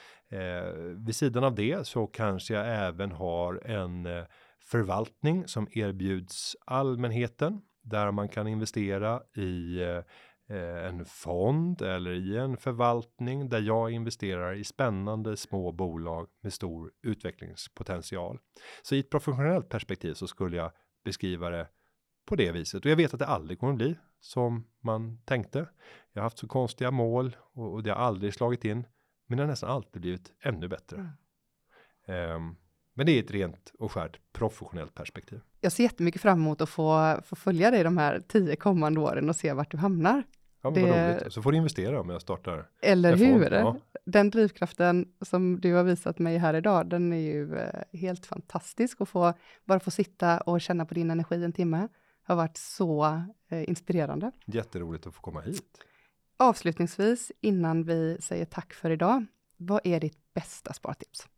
Vid sidan av det så kanske jag även har en förvaltning som erbjuds allmänheten där man kan investera i en fond eller i en förvaltning där jag investerar i spännande små bolag med stor utvecklingspotential. Så i ett professionellt perspektiv så skulle jag beskriva det på det viset. Och jag vet att det aldrig kommer att bli som man tänkte. Jag har haft så konstiga mål och det har aldrig slagit in. Men det har nästan alltid blivit ännu bättre. Men det är ett rent och skärt professionellt perspektiv. Jag ser jättemycket fram emot att få följa dig de här 10 kommande åren och se vart du hamnar. Ja, men vad roligt. Så får du investera om jag startar. Eller hur? Ja. Den drivkraften som du har visat mig här idag, den är ju helt fantastisk. Att bara få sitta och känna på din energi en timme har varit så inspirerande. Jätteroligt att få komma hit. Avslutningsvis, innan vi säger tack för idag, vad är ditt bästa spartips?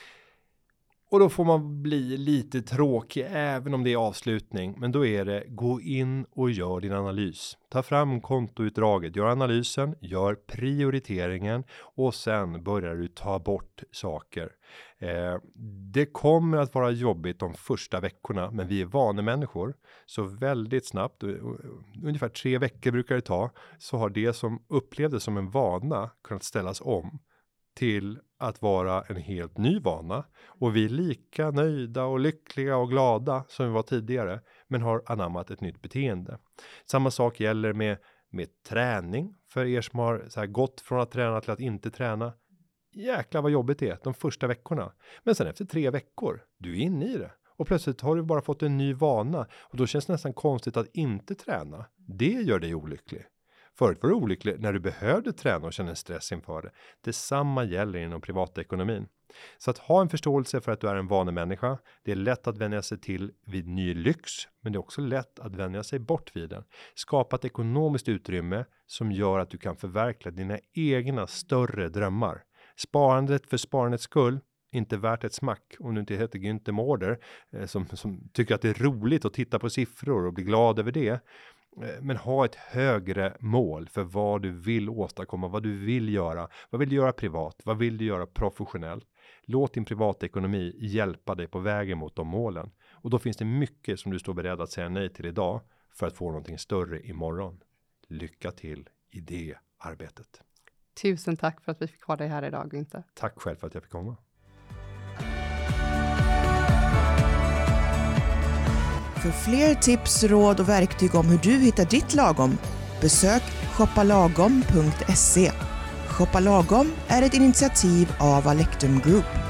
Och då får man bli lite tråkig även om det är avslutning. Men då är det, gå in och gör din analys. Ta fram kontoutdraget, gör analysen, gör prioriteringen och sen börjar du ta bort saker. Det kommer att vara jobbigt de första veckorna, men vi är vanemänniskor. Så väldigt snabbt, ungefär 3 veckor brukar det ta, så har det som upplevdes som en vana kunnat ställas om till att vara en helt ny vana. Och vi är lika nöjda och lyckliga och glada som vi var tidigare, men har anammat ett nytt beteende. Samma sak gäller med träning. För er som har så här gått från att träna till att inte träna. Jäklar vad jobbigt det är de första veckorna. Men sen efter 3 veckor, du är inne i det. Och plötsligt har du bara fått en ny vana. Och då känns det nästan konstigt att inte träna. Det gör dig olycklig. Förut var du olycklig när du behövde träna och känna en stress inför det. Detsamma gäller inom privatekonomin. Så att ha en förståelse för att du är en vanemänniska. Det är lätt att vänja sig till vid ny lyx. Men det är också lätt att vänja sig bort vid den. Skapa ett ekonomiskt utrymme som gör att du kan förverkliga dina egna större drömmar. Sparandet för sparandets skull. Inte värt ett smack om du inte heter Günther Mårder som tycker att det är roligt att titta på siffror och bli glad över det. Men ha ett högre mål för vad du vill åstadkomma, vad du vill göra. Vad vill du göra privat? Vad vill du göra professionellt? Låt din privatekonomi hjälpa dig på vägen mot de målen. Och då finns det mycket som du står beredd att säga nej till idag för att få någonting större imorgon. Lycka till i det arbetet. Tusen tack för att vi fick ha dig här idag, Günther. Tack själv för att jag fick komma. För fler tips, råd och verktyg om hur du hittar ditt lagom, besök shoppalagom.se. Shoppa Lagom är ett initiativ av Alectum Group.